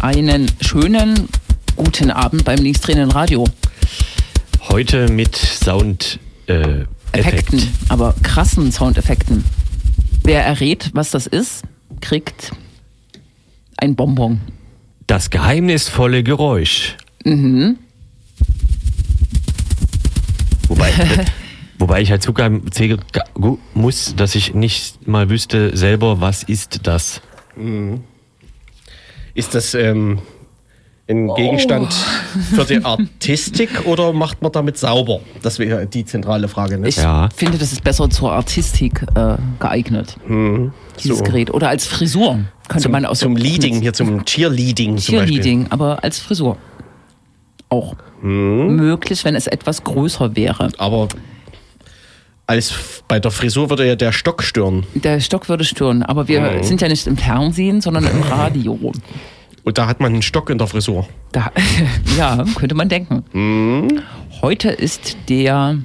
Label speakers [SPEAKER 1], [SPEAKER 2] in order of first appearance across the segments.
[SPEAKER 1] Einen schönen guten Abend beim Linksdrehenden Radio.
[SPEAKER 2] Heute mit
[SPEAKER 1] Effekten, aber krassen Soundeffekten. Wer errät, was das ist, kriegt ein Bonbon.
[SPEAKER 2] Das geheimnisvolle Geräusch.
[SPEAKER 1] Mhm.
[SPEAKER 2] Wobei ich halt zugeben muss, dass ich nicht mal wüsste selber, was ist das?
[SPEAKER 3] Ist das ein Gegenstand für die Artistik oder macht man damit sauber? Das wäre die zentrale Frage. Ne?
[SPEAKER 1] Ich finde, das ist besser zur Artistik geeignet, dieses Gerät. Oder als Frisur könnte man auch
[SPEAKER 3] zum Leading, hier zum Cheerleading zum
[SPEAKER 1] Cheerleading, aber als Frisur auch möglich, wenn es etwas größer wäre.
[SPEAKER 3] Aber bei der Frisur würde ja der Stock stören.
[SPEAKER 1] Der Stock würde stören, aber wir sind ja nicht im Fernsehen, sondern im Radio.
[SPEAKER 3] Und da hat man einen Stock in der Frisur.
[SPEAKER 1] Ja, könnte man denken. Heute ist der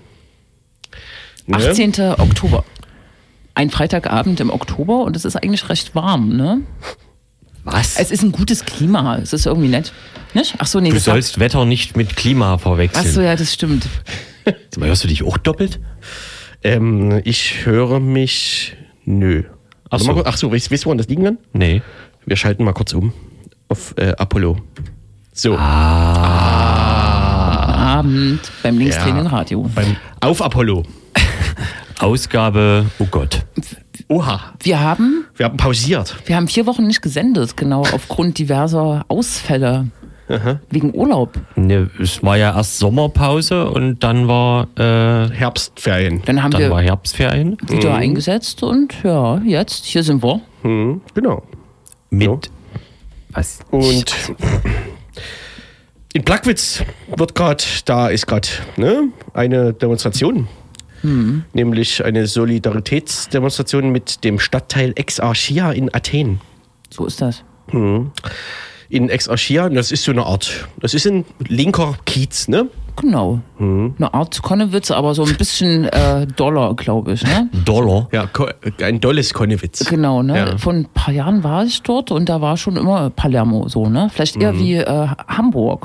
[SPEAKER 1] 18. Oktober. Ein Freitagabend im Oktober und es ist eigentlich recht warm, ne?
[SPEAKER 2] Was?
[SPEAKER 1] Es ist ein gutes Klima, es ist irgendwie nett. Nicht? Ach so, nee,
[SPEAKER 2] du sollst Wetter nicht mit Klima verwechseln.
[SPEAKER 1] Ach so, ja, das stimmt.
[SPEAKER 2] Hörst du dich auch doppelt?
[SPEAKER 3] Ich höre mich... Nö. Ach so, weißt du, woran das liegen kann?
[SPEAKER 2] Nee.
[SPEAKER 3] Wir schalten mal kurz um auf Apollo. So.
[SPEAKER 1] Abend beim Linksdrehenden Radio.
[SPEAKER 3] Auf Apollo.
[SPEAKER 2] Ausgabe, oh Gott.
[SPEAKER 3] Oha.
[SPEAKER 1] Wir haben
[SPEAKER 3] pausiert.
[SPEAKER 1] Wir haben 4 Wochen nicht gesendet, genau, aufgrund diverser Ausfälle. Wegen Urlaub.
[SPEAKER 2] Ne, es war ja erst Sommerpause und dann war
[SPEAKER 3] Herbstferien.
[SPEAKER 1] Dann wir
[SPEAKER 2] war Herbstferien.
[SPEAKER 1] Wieder eingesetzt und ja, jetzt, hier sind wir.
[SPEAKER 3] Genau.
[SPEAKER 2] Mit was?
[SPEAKER 3] Und in Plagwitz ist gerade eine Demonstration. Nämlich eine Solidaritätsdemonstration mit dem Stadtteil Exarchia in Athen.
[SPEAKER 1] So ist das.
[SPEAKER 3] In Exarchia, das ist so eine Art, das ist ein linker Kiez, ne?
[SPEAKER 1] Genau. Eine Art Konnewitz, aber so ein bisschen doller, glaube ich, ne?
[SPEAKER 2] Dollar?
[SPEAKER 3] Ja, ein dolles Konnewitz.
[SPEAKER 1] Genau, ne?
[SPEAKER 3] Ja.
[SPEAKER 1] Vor ein paar Jahren war ich dort und da war schon immer Palermo so, ne? Vielleicht eher wie Hamburg.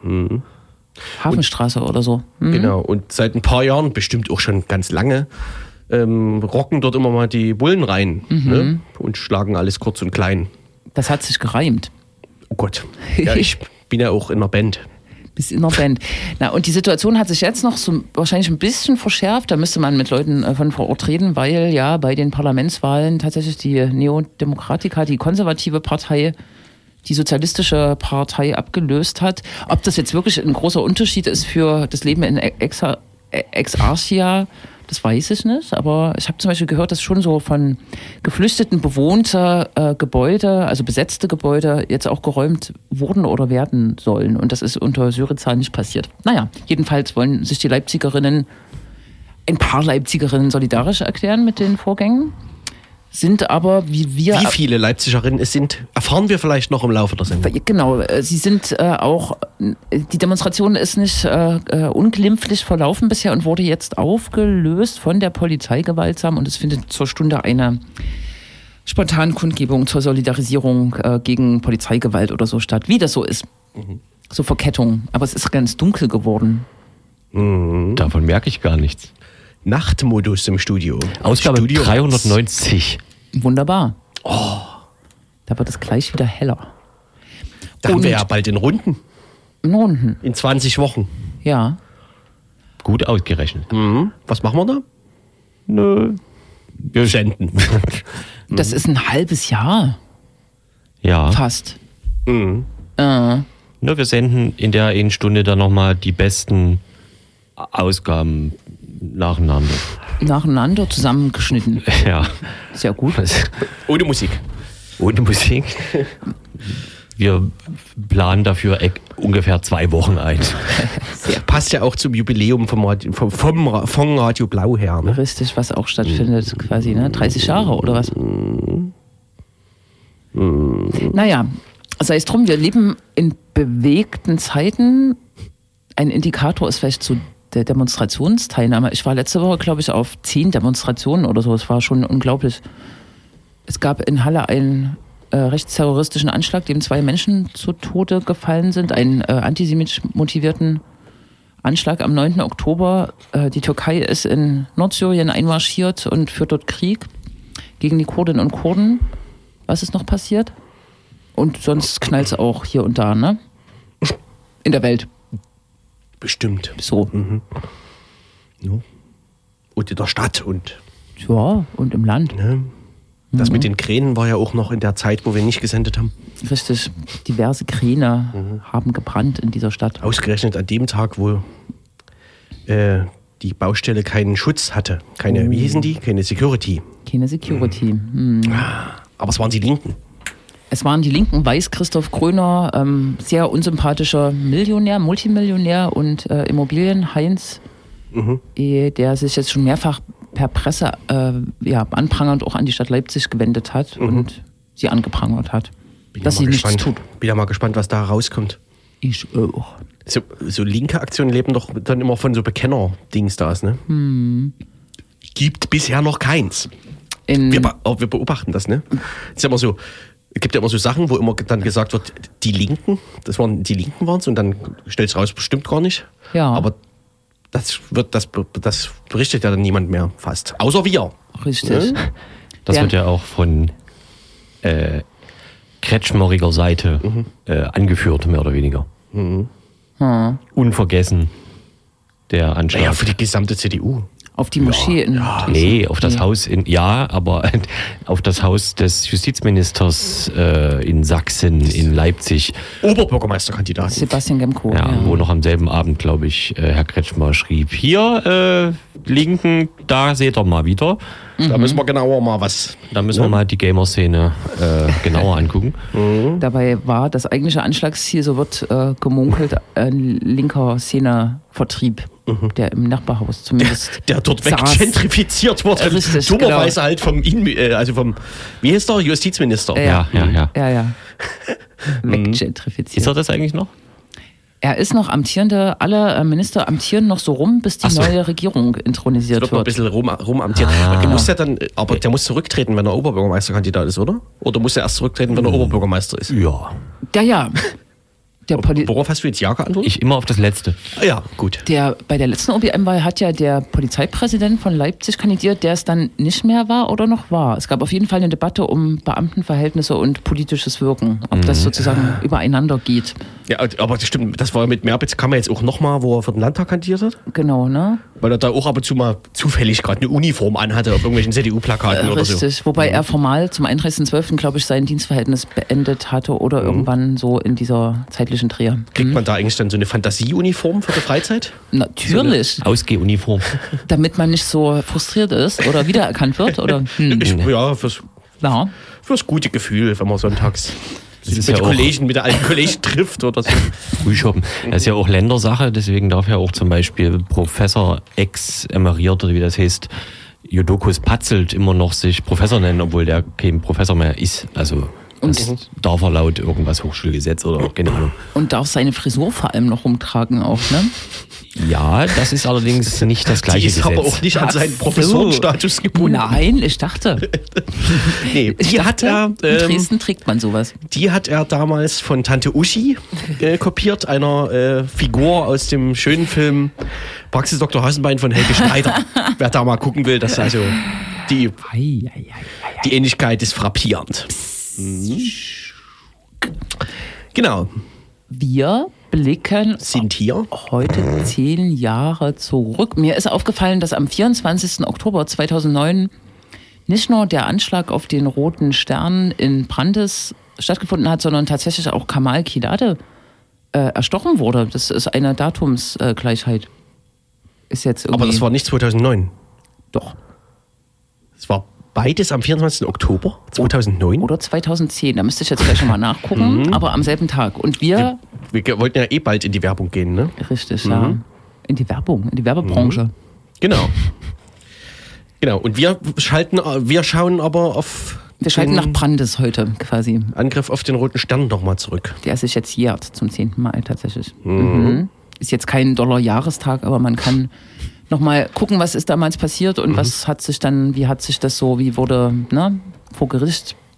[SPEAKER 1] Hafenstraße oder so.
[SPEAKER 3] Genau, und seit ein paar Jahren, bestimmt auch schon ganz lange, rocken dort immer mal die Bullen rein ne? Und schlagen alles kurz und klein.
[SPEAKER 1] Das hat sich gereimt.
[SPEAKER 3] Oh Gott. Ja, ich bin ja auch in einer Band.
[SPEAKER 1] Bis in der Band. Na, und die Situation hat sich jetzt noch so wahrscheinlich ein bisschen verschärft. Da müsste man mit Leuten von vor Ort reden, weil ja bei den Parlamentswahlen tatsächlich die Neo-Demokratika, die konservative Partei, die sozialistische Partei abgelöst hat. Ob das jetzt wirklich ein großer Unterschied ist für das Leben in Exarchia, das weiß ich nicht. Aber ich habe zum Beispiel gehört, dass schon so von Geflüchteten bewohnte Gebäude, also besetzte Gebäude, jetzt auch geräumt wurden oder werden sollen. Und das ist unter Syriza nicht passiert. Naja, jedenfalls wollen sich die Leipzigerinnen, ein paar Leipzigerinnen solidarisch erklären mit den Vorgängen. Sind aber, wie
[SPEAKER 3] viele Leipzigerinnen es sind, erfahren wir vielleicht noch im Laufe der Sendung.
[SPEAKER 1] Genau, sie sind auch, die Demonstration ist nicht unglimpflich verlaufen bisher und wurde jetzt aufgelöst von der Polizei gewaltsam und es findet zur Stunde eine Spontankundgebung zur Solidarisierung gegen Polizeigewalt oder so statt. Wie das so ist. So Verkettung. Aber es ist ganz dunkel geworden.
[SPEAKER 2] Davon merke ich gar nichts.
[SPEAKER 3] Nachtmodus im Studio.
[SPEAKER 2] Ausgabe 390.
[SPEAKER 1] Wunderbar. Oh. Da wird es gleich wieder heller.
[SPEAKER 3] Da haben wir ja bald in Runden. In 20 Wochen.
[SPEAKER 1] Ja.
[SPEAKER 2] Gut ausgerechnet.
[SPEAKER 3] Was machen wir da?
[SPEAKER 2] Nö.
[SPEAKER 3] Wir senden.
[SPEAKER 1] Das ist ein halbes Jahr.
[SPEAKER 2] Ja.
[SPEAKER 1] Fast.
[SPEAKER 2] Wir senden in der einen Stunde dann nochmal die besten Ausgaben nacheinander zusammengeschnitten. Ja.
[SPEAKER 1] Sehr gut.
[SPEAKER 3] Ohne Musik.
[SPEAKER 2] Ohne Musik. Wir planen dafür ungefähr 2 Wochen ein.
[SPEAKER 3] Passt ja auch zum Jubiläum vom Radio Blau her. Ne?
[SPEAKER 1] Richtig, was auch stattfindet quasi, ne? 30 Jahre oder was? Naja, sei es drum, wir leben in bewegten Zeiten. Ein Indikator ist vielleicht so der Demonstrationsteilnahme. Ich war letzte Woche, glaube ich, auf 10 Demonstrationen oder so. Es war schon unglaublich. Es gab in Halle ein rechtsterroristischen Anschlag, dem 2 Menschen zu Tode gefallen sind. Einen antisemitisch motivierten Anschlag am 9. Oktober. Die Türkei ist in Nordsyrien einmarschiert und führt dort Krieg gegen die Kurdinnen und Kurden. Was ist noch passiert? Und sonst knallt es auch hier und da, ne? In der Welt.
[SPEAKER 3] Bestimmt.
[SPEAKER 1] So.
[SPEAKER 3] Ja. Und in der Stadt und...
[SPEAKER 1] Ja, und im Land.
[SPEAKER 3] Ne? Das mit den Kränen war ja auch noch in der Zeit, wo wir nicht gesendet haben.
[SPEAKER 1] Richtig. Diverse Kräne haben gebrannt in dieser Stadt.
[SPEAKER 3] Ausgerechnet an dem Tag, wo die Baustelle keinen Schutz hatte. Keine, wie hießen die? Keine Security.
[SPEAKER 1] Keine Security.
[SPEAKER 3] Aber es waren die Linken.
[SPEAKER 1] Es waren die Linken, Weiß Christoph Gröner, sehr unsympathischer Millionär, Multimillionär und Immobilienheinz, der sich jetzt schon mehrfach per Presse anprangernd auch an die Stadt Leipzig gewendet hat und sie angeprangert hat, dass sie nichts tut.
[SPEAKER 3] Bin ja mal gespannt, was da rauskommt.
[SPEAKER 1] Ich auch.
[SPEAKER 3] So linke Aktionen leben doch dann immer von so Bekenner-Dings da, ne? Gibt bisher noch keins. Wir beobachten das, ne? Ist ja immer so. Es gibt ja immer so Sachen, wo immer dann gesagt wird, die Linken waren es und dann stellt es raus, bestimmt gar nicht.
[SPEAKER 1] Ja.
[SPEAKER 3] Aber das berichtet ja dann niemand mehr fast. Außer wir.
[SPEAKER 1] Richtig.
[SPEAKER 2] Das wird ja auch von kretschmeriger Seite angeführt, mehr oder weniger. Unvergessen, der Anschlag.
[SPEAKER 3] Ja, für die gesamte CDU.
[SPEAKER 1] Auf die Moschee in
[SPEAKER 2] Nee, auf das Haus aber auf das Haus des Justizministers in Sachsen, in Leipzig.
[SPEAKER 3] Oberbürgermeisterkandidat.
[SPEAKER 1] Sebastian Gemko.
[SPEAKER 2] Ja, wo noch am selben Abend, glaube ich, Herr Kretschmer schrieb, hier, Linken, da seht ihr mal wieder.
[SPEAKER 3] Da müssen wir genauer mal was.
[SPEAKER 2] Da müssen wir mal die Gamer-Szene genauer angucken.
[SPEAKER 1] Dabei war das eigentliche Anschlagsziel, so wird gemunkelt, ein linker Szenevertrieb, der im Nachbarhaus zumindest
[SPEAKER 3] der dort weggentrifiziert wurde.
[SPEAKER 1] Richtig,
[SPEAKER 3] dummerweise halt vom wie heißt der? Justizminister.
[SPEAKER 2] Ja.
[SPEAKER 1] Weggentrifiziert.
[SPEAKER 2] Ist er das eigentlich noch?
[SPEAKER 1] Er ist noch amtierende, alle Minister amtieren noch so rum, bis die neue Regierung intronisiert
[SPEAKER 3] wird. Noch ein bisschen rumamtieren. Der muss ja dann, aber der muss zurücktreten, wenn er Oberbürgermeisterkandidat ist, oder? Oder muss er erst zurücktreten, wenn er Oberbürgermeister ist?
[SPEAKER 2] Ja.
[SPEAKER 1] Ja.
[SPEAKER 3] Worauf hast du jetzt ja geantwortet?
[SPEAKER 2] Ich immer auf das Letzte.
[SPEAKER 3] Ja, gut.
[SPEAKER 1] Bei der letzten OBM-Wahl hat ja der Polizeipräsident von Leipzig kandidiert, der es dann nicht mehr war oder noch war. Es gab auf jeden Fall eine Debatte um Beamtenverhältnisse und politisches Wirken, ob das sozusagen übereinander geht.
[SPEAKER 3] Ja, aber das stimmt, das war mit Merbitz, kam er jetzt auch nochmal, wo er für den Landtag kandidiert hat?
[SPEAKER 1] Genau, ne?
[SPEAKER 3] Weil er da auch ab und zu mal zufällig gerade eine Uniform anhatte auf irgendwelchen CDU-Plakaten oder so.
[SPEAKER 1] Richtig, wobei er formal zum 31.12., glaube ich, sein Dienstverhältnis beendet hatte oder irgendwann so in dieser zeitlichen Dreh.
[SPEAKER 3] Kriegt man da eigentlich dann so eine Fantasieuniform für die Freizeit?
[SPEAKER 1] Natürlich.
[SPEAKER 2] So Ausgehuniform.
[SPEAKER 1] Damit man nicht so frustriert ist oder wiedererkannt wird? Oder?
[SPEAKER 3] Ja, fürs gute Gefühl, wenn man sonntags mit der alten Kollegen trifft oder so.
[SPEAKER 2] Frühschoppen. Das ist ja auch Ländersache, deswegen darf ja auch zum Beispiel Professor ex-emeriert oder wie das heißt, Jodokus Patzelt immer noch sich Professor nennen, obwohl der kein Professor mehr ist. Also das darf er laut irgendwas Hochschulgesetz oder keine Ahnung.
[SPEAKER 1] Und darf seine Frisur vor allem noch rumtragen auch, ne?
[SPEAKER 2] Ja, das ist allerdings nicht das gleiche Gesetz.
[SPEAKER 3] Die ist aber auch nicht an seinen Professorenstatus gebunden.
[SPEAKER 1] Nein, ich dachte.
[SPEAKER 3] Nee, in
[SPEAKER 1] Dresden trägt man sowas.
[SPEAKER 3] Die hat er damals von Tante Uschi kopiert, einer Figur aus dem schönen Film Praxis Dr. Hasenbein von Helge Schneider. Wer da mal gucken will, das ist also die Ähnlichkeit ist frappierend. Genau.
[SPEAKER 1] Wir
[SPEAKER 3] sind hier
[SPEAKER 1] heute 10 Jahre zurück. Mir ist aufgefallen, dass am 24. Oktober 2009 nicht nur der Anschlag auf den Roten Stern in Brandis stattgefunden hat, sondern tatsächlich auch Kamal Kidade erstochen wurde. Das ist eine Datumsgleichheit. Ist jetzt irgendwie.
[SPEAKER 3] Aber das war nicht 2009.
[SPEAKER 1] Doch.
[SPEAKER 3] Es war beides am 24. Oktober 2009?
[SPEAKER 1] Oder 2010, da müsste ich jetzt gleich schon mal nachgucken, aber am selben Tag. Und wir
[SPEAKER 3] wollten ja bald in die Werbung gehen, ne?
[SPEAKER 1] Richtig, ja. In die Werbebranche.
[SPEAKER 3] Genau. Und wir schauen aber auf...
[SPEAKER 1] Wir schalten nach Brandis heute quasi.
[SPEAKER 3] Angriff auf den Roten Stern nochmal zurück.
[SPEAKER 1] Der sich jetzt jährt zum 10. Mai tatsächlich. Ist jetzt kein Dollar-Jahrestag, aber man kann nochmal gucken, was ist damals passiert und wie wurde vor Gericht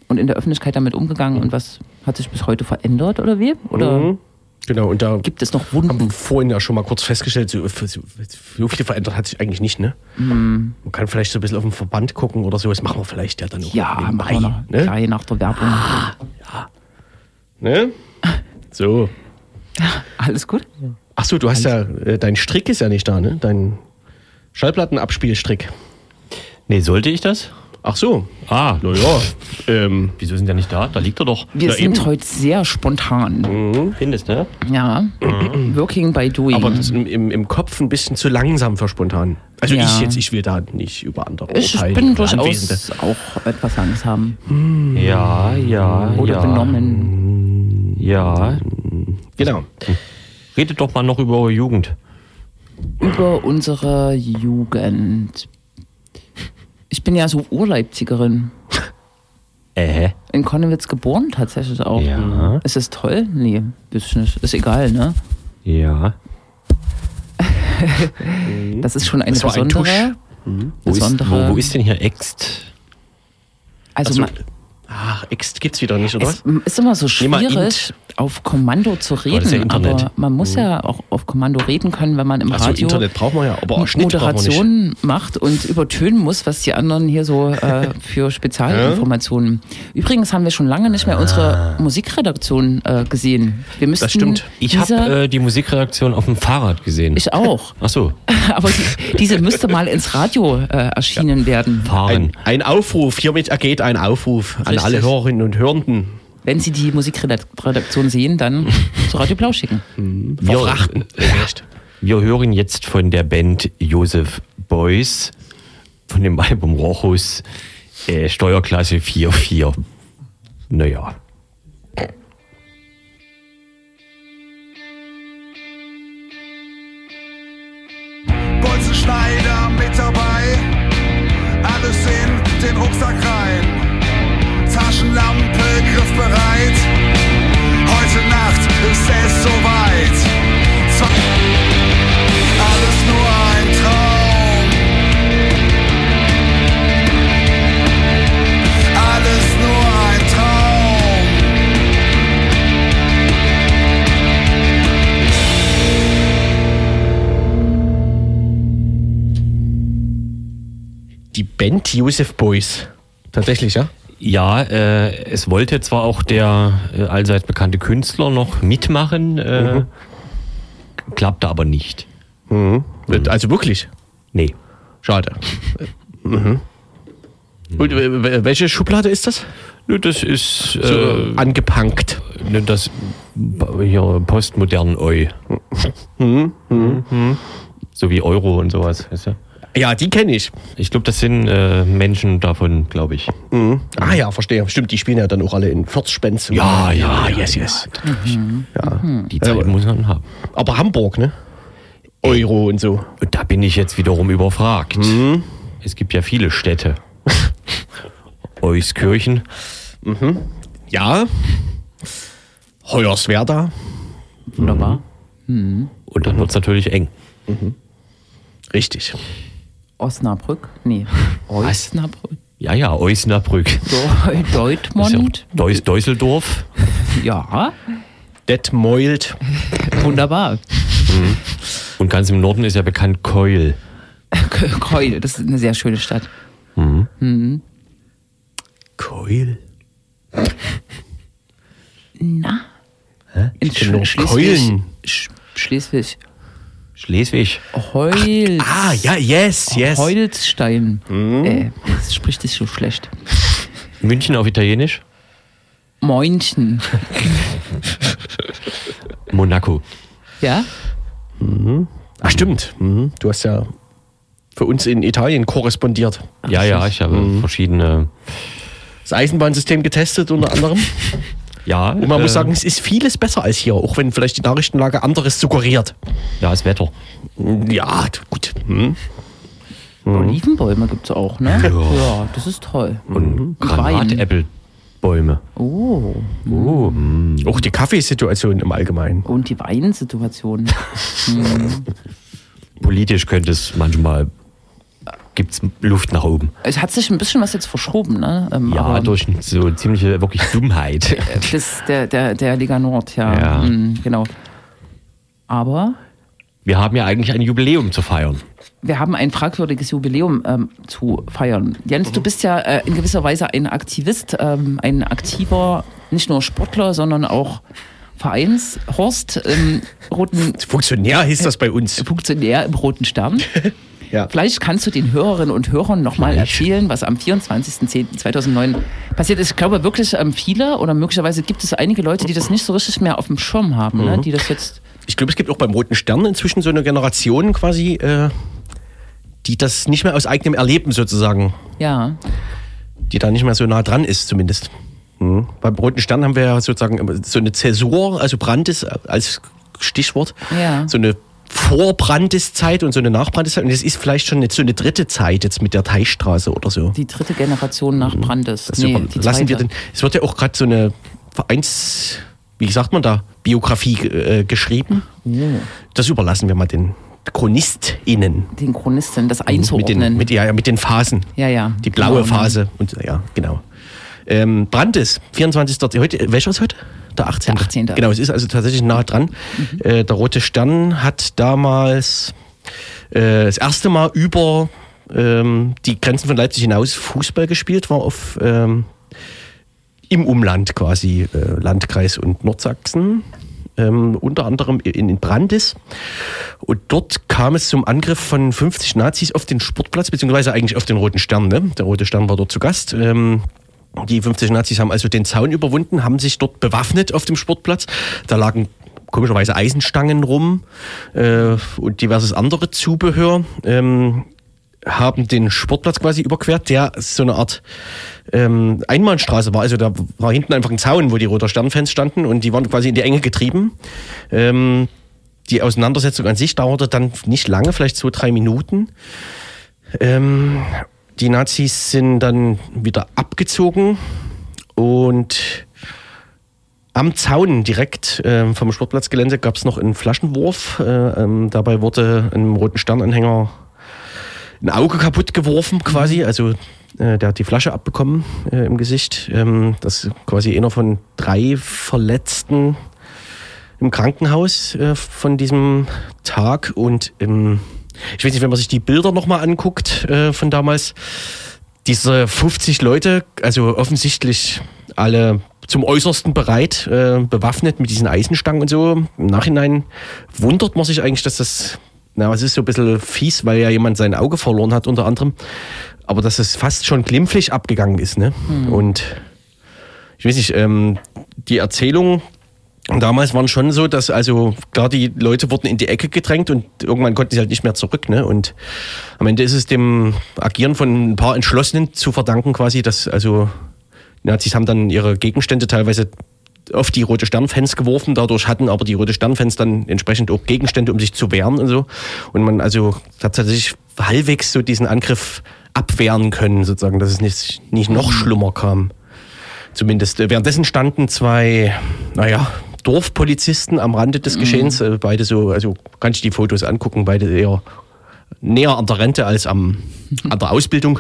[SPEAKER 1] und in der Öffentlichkeit damit umgegangen und was hat sich bis heute verändert oder wie? Oder
[SPEAKER 3] genau, und da
[SPEAKER 1] gibt es noch Wunden?
[SPEAKER 3] Haben wir vorhin ja schon mal kurz festgestellt, so viel verändert hat sich eigentlich nicht, ne? Man kann vielleicht so ein bisschen auf den Verband gucken oder so, das machen wir vielleicht ja dann auch.
[SPEAKER 1] Ja, machen wir noch gleich nach der Werbung.
[SPEAKER 3] Ja. Ne? So.
[SPEAKER 1] Alles gut?
[SPEAKER 3] Achso, du hast ja, dein Strick ist ja nicht da, ne? Dein Schallplattenabspielstrick.
[SPEAKER 2] Nee, sollte ich das?
[SPEAKER 3] Ach so.
[SPEAKER 2] Ah.
[SPEAKER 3] Naja.
[SPEAKER 2] Wieso sind der nicht da? Da liegt er doch.
[SPEAKER 1] Wir sind heute sehr spontan.
[SPEAKER 2] Findest du?
[SPEAKER 1] Ja. Working by doing.
[SPEAKER 3] Aber im Kopf ein bisschen zu langsam für spontan. Also ich will da nicht über andere urteilen.
[SPEAKER 1] Ich bin durchaus auch etwas langsam.
[SPEAKER 2] Ja.
[SPEAKER 1] Oder benommen.
[SPEAKER 2] Ja.
[SPEAKER 3] Genau.
[SPEAKER 2] Redet doch mal noch über eure Jugend.
[SPEAKER 1] Über unsere Jugend. Ich bin ja so Urleipzigerin. In Konnewitz geboren tatsächlich auch.
[SPEAKER 2] Ja.
[SPEAKER 1] Ist es toll? Nee, ist egal, ne?
[SPEAKER 2] Ja.
[SPEAKER 1] Das ist schon eine
[SPEAKER 3] Das war ein
[SPEAKER 1] besondere.
[SPEAKER 2] Wo ist denn hier Ext?
[SPEAKER 1] Also
[SPEAKER 3] Ext gibt's wieder nicht, oder?
[SPEAKER 1] es ist immer so schwierig, auf Kommando zu
[SPEAKER 2] das ist ja
[SPEAKER 1] reden,
[SPEAKER 2] Internet.
[SPEAKER 1] aber man muss ja auch auf Kommando reden können, wenn man im
[SPEAKER 3] Achso,
[SPEAKER 1] Radio
[SPEAKER 3] Internet braucht man ja, aber auch Schnitt braucht man nicht.
[SPEAKER 1] Moderation macht und übertönen muss, was die anderen hier so für Spezialinformationen. Übrigens haben wir schon lange nicht mehr unsere Musikredaktion gesehen. Wir müssten
[SPEAKER 3] Das stimmt.
[SPEAKER 2] Ich habe die Musikredaktion auf dem Fahrrad gesehen.
[SPEAKER 1] Ich auch.
[SPEAKER 2] Ach so.
[SPEAKER 1] Aber diese müsste mal ins Radio erschienen werden.
[SPEAKER 2] Fahren.
[SPEAKER 3] Ein Aufruf, hiermit ergeht ein Aufruf an
[SPEAKER 1] Richtig.
[SPEAKER 3] alle Hörerinnen und Hörenden.
[SPEAKER 1] Wenn Sie die Musikredaktion sehen, dann zu Radio Blau schicken.
[SPEAKER 3] Verfrachten.
[SPEAKER 2] Wir hören jetzt von der Band Joseph Beuys von dem Album Rochus Steuerklasse 44. Naja.
[SPEAKER 4] Bolzenschneider mit dabei, alles in den Rucksack rein. Taschenlampe griffbereit, heute Nacht ist es soweit. Alles nur ein Traum, alles nur ein Traum.
[SPEAKER 3] Die Band Joseph Beuys. Tatsächlich, ja?
[SPEAKER 2] Ja, es wollte zwar auch der allseits bekannte Künstler noch mitmachen, klappte aber nicht.
[SPEAKER 3] Also wirklich?
[SPEAKER 2] Nee.
[SPEAKER 3] Schade. Und welche Schublade ist das?
[SPEAKER 2] Nö, das ist
[SPEAKER 3] So angepunkt.
[SPEAKER 2] das hier postmodern Eu. So wie Euro und sowas, weißt du?
[SPEAKER 3] Ja, die kenne ich.
[SPEAKER 2] Ich glaube, das sind Menschen davon, glaube ich.
[SPEAKER 3] Ah ja, verstehe. Stimmt, die spielen ja dann auch alle in Viertspens.
[SPEAKER 2] Ja,
[SPEAKER 3] yes.
[SPEAKER 2] Ja. Die Zeit muss man haben.
[SPEAKER 3] Aber Hamburg, ne? Euro und so.
[SPEAKER 2] Und da bin ich jetzt wiederum überfragt. Es gibt ja viele Städte. Euskirchen.
[SPEAKER 3] Ja. Hoyerswerda.
[SPEAKER 1] Wunderbar.
[SPEAKER 2] Und dann wird es natürlich eng.
[SPEAKER 3] Richtig.
[SPEAKER 1] Osnabrück? Nee. Osnabrück.
[SPEAKER 2] Ja, Osnabrück.
[SPEAKER 1] Dortmund?
[SPEAKER 2] Deuseldorf.
[SPEAKER 1] Ja.
[SPEAKER 3] Detmold.
[SPEAKER 1] Wunderbar.
[SPEAKER 2] Und ganz im Norden ist ja bekannt Keul.
[SPEAKER 1] Keul, das ist eine sehr schöne Stadt.
[SPEAKER 3] Keul.
[SPEAKER 1] Na?
[SPEAKER 3] Ich
[SPEAKER 1] In
[SPEAKER 3] kenn nur Keulen.
[SPEAKER 1] Schleswig.
[SPEAKER 2] Schleswig.
[SPEAKER 1] Holz.
[SPEAKER 3] Ja, yes.
[SPEAKER 1] Holstein. Das spricht sich so schlecht.
[SPEAKER 2] München auf Italienisch.
[SPEAKER 1] Moinchen.
[SPEAKER 2] Monaco.
[SPEAKER 1] Ja?
[SPEAKER 3] Ach, stimmt. Du hast ja für uns in Italien korrespondiert.
[SPEAKER 2] Ja, ich habe verschiedene.
[SPEAKER 3] Das Eisenbahnsystem getestet unter anderem.
[SPEAKER 2] Ja.
[SPEAKER 3] Und man muss sagen, es ist vieles besser als hier, auch wenn vielleicht die Nachrichtenlage anderes suggeriert.
[SPEAKER 2] Ja, das Wetter.
[SPEAKER 3] Ja, gut.
[SPEAKER 1] Olivenbäume gibt es auch, ne? Ja, das ist toll.
[SPEAKER 2] Und
[SPEAKER 1] Wein.
[SPEAKER 2] Granatäpfelbäume.
[SPEAKER 1] Oh.
[SPEAKER 3] Auch die Kaffeesituation im Allgemeinen.
[SPEAKER 1] Und die Weinsituation.
[SPEAKER 2] Politisch könnte es manchmal gibt es Luft nach oben.
[SPEAKER 1] Es hat sich ein bisschen was jetzt verschoben, ne?
[SPEAKER 2] Ja, durch so ziemliche wirklich Dummheit.
[SPEAKER 1] Der Liga Nord, ja. Genau. Aber
[SPEAKER 2] wir haben ja eigentlich ein Jubiläum zu feiern.
[SPEAKER 1] Wir haben ein fragwürdiges Jubiläum zu feiern. Jens, du bist ja in gewisser Weise ein Aktivist, ein aktiver, nicht nur Sportler, sondern auch Vereinshorst im Roten...
[SPEAKER 3] Funktionär hieß das bei uns.
[SPEAKER 1] Funktionär im Roten Stern.
[SPEAKER 3] Ja.
[SPEAKER 1] Vielleicht kannst du den Hörerinnen und Hörern nochmal erzählen, was am 24.10.2009 passiert ist. Ich glaube wirklich viele oder möglicherweise gibt es einige Leute, die das nicht so richtig mehr auf dem Schirm haben, ne? Die das jetzt...
[SPEAKER 3] Ich glaube, es gibt auch beim Roten Stern inzwischen so eine Generation quasi, die das nicht mehr aus eigenem Erleben sozusagen, die da nicht mehr so nah dran ist zumindest. Beim Roten Stern haben wir ja sozusagen so eine Zäsur, also Brandis als Stichwort, so eine Vor-Brandis-Zeit und so eine Nach-Brandis-Zeit. Und das ist vielleicht schon so eine dritte Zeit jetzt mit der Teichstraße oder so.
[SPEAKER 1] Die dritte Generation nach Brandis.
[SPEAKER 3] Lassen wir es wird ja auch gerade so eine wie sagt man da, Biografie geschrieben. Das überlassen wir mal den ChronistInnen.
[SPEAKER 1] Den Chronisten, das einzuordnen.
[SPEAKER 3] Mit den Phasen.
[SPEAKER 1] Ja.
[SPEAKER 3] Die blaue Phase. Und, ja, genau. Brandis, 24. Heute, welcher ist heute? Der 18.
[SPEAKER 1] Der 18.
[SPEAKER 3] Genau, es ist also tatsächlich nah dran. Der Rote Stern hat damals das erste Mal über die Grenzen von Leipzig hinaus Fußball gespielt, war im Umland quasi, Landkreis und Nordsachsen. Unter anderem in Brandis. Und dort kam es zum Angriff von 50 Nazis auf den Sportplatz, beziehungsweise eigentlich auf den Roten Stern. Ne? Der Rote Stern war dort zu Gast. Die 50 Nazis haben also den Zaun überwunden, haben sich dort bewaffnet auf dem Sportplatz. Da lagen komischerweise Eisenstangen rum und diverses andere Zubehör. Haben den Sportplatz quasi überquert, der so eine Art Einbahnstraße war. Also da war hinten einfach ein Zaun, wo die Roter Stern-Fans standen und die waren quasi in die Enge getrieben. Die Auseinandersetzung an sich dauerte dann nicht lange, vielleicht 2-3 Minuten. Die Nazis sind dann wieder abgezogen und am Zaun direkt vom Sportplatzgelände gab es noch einen Flaschenwurf. Dabei wurde einem Roten Stern-Anhänger ein Auge kaputt geworfen quasi, also der hat die Flasche abbekommen im Gesicht. Das ist quasi einer von 3 Verletzten im Krankenhaus von diesem Tag. Und ich weiß nicht, wenn man sich die Bilder nochmal anguckt von damals, diese 50 Leute, also offensichtlich alle zum Äußersten bereit, bewaffnet mit diesen Eisenstangen und so. Im Nachhinein wundert man sich eigentlich, dass das... es ist so ein bisschen fies, weil ja jemand sein Auge verloren hat unter anderem. Aber dass es fast schon glimpflich abgegangen ist. Ne? Und ich weiß nicht, die Erzählungen damals waren schon so, dass also klar, die Leute wurden in die Ecke gedrängt und irgendwann konnten sie halt nicht mehr zurück. Ne? Und am Ende ist es dem Agieren von ein paar Entschlossenen zu verdanken quasi, dass also die Nazis haben dann ihre Gegenstände teilweise auf die Rote Stern-Fans geworfen. Dadurch hatten aber die Rote Stern-Fans dann entsprechend auch Gegenstände, um sich zu wehren und so. Und man also tatsächlich halbwegs so diesen Angriff abwehren können, sozusagen, dass es nicht noch schlimmer kam. Zumindest. Währenddessen standen 2, Dorfpolizisten am Rande des Geschehens. Beide so, also kann ich die Fotos angucken, beide eher näher an der Rente als an der Ausbildung.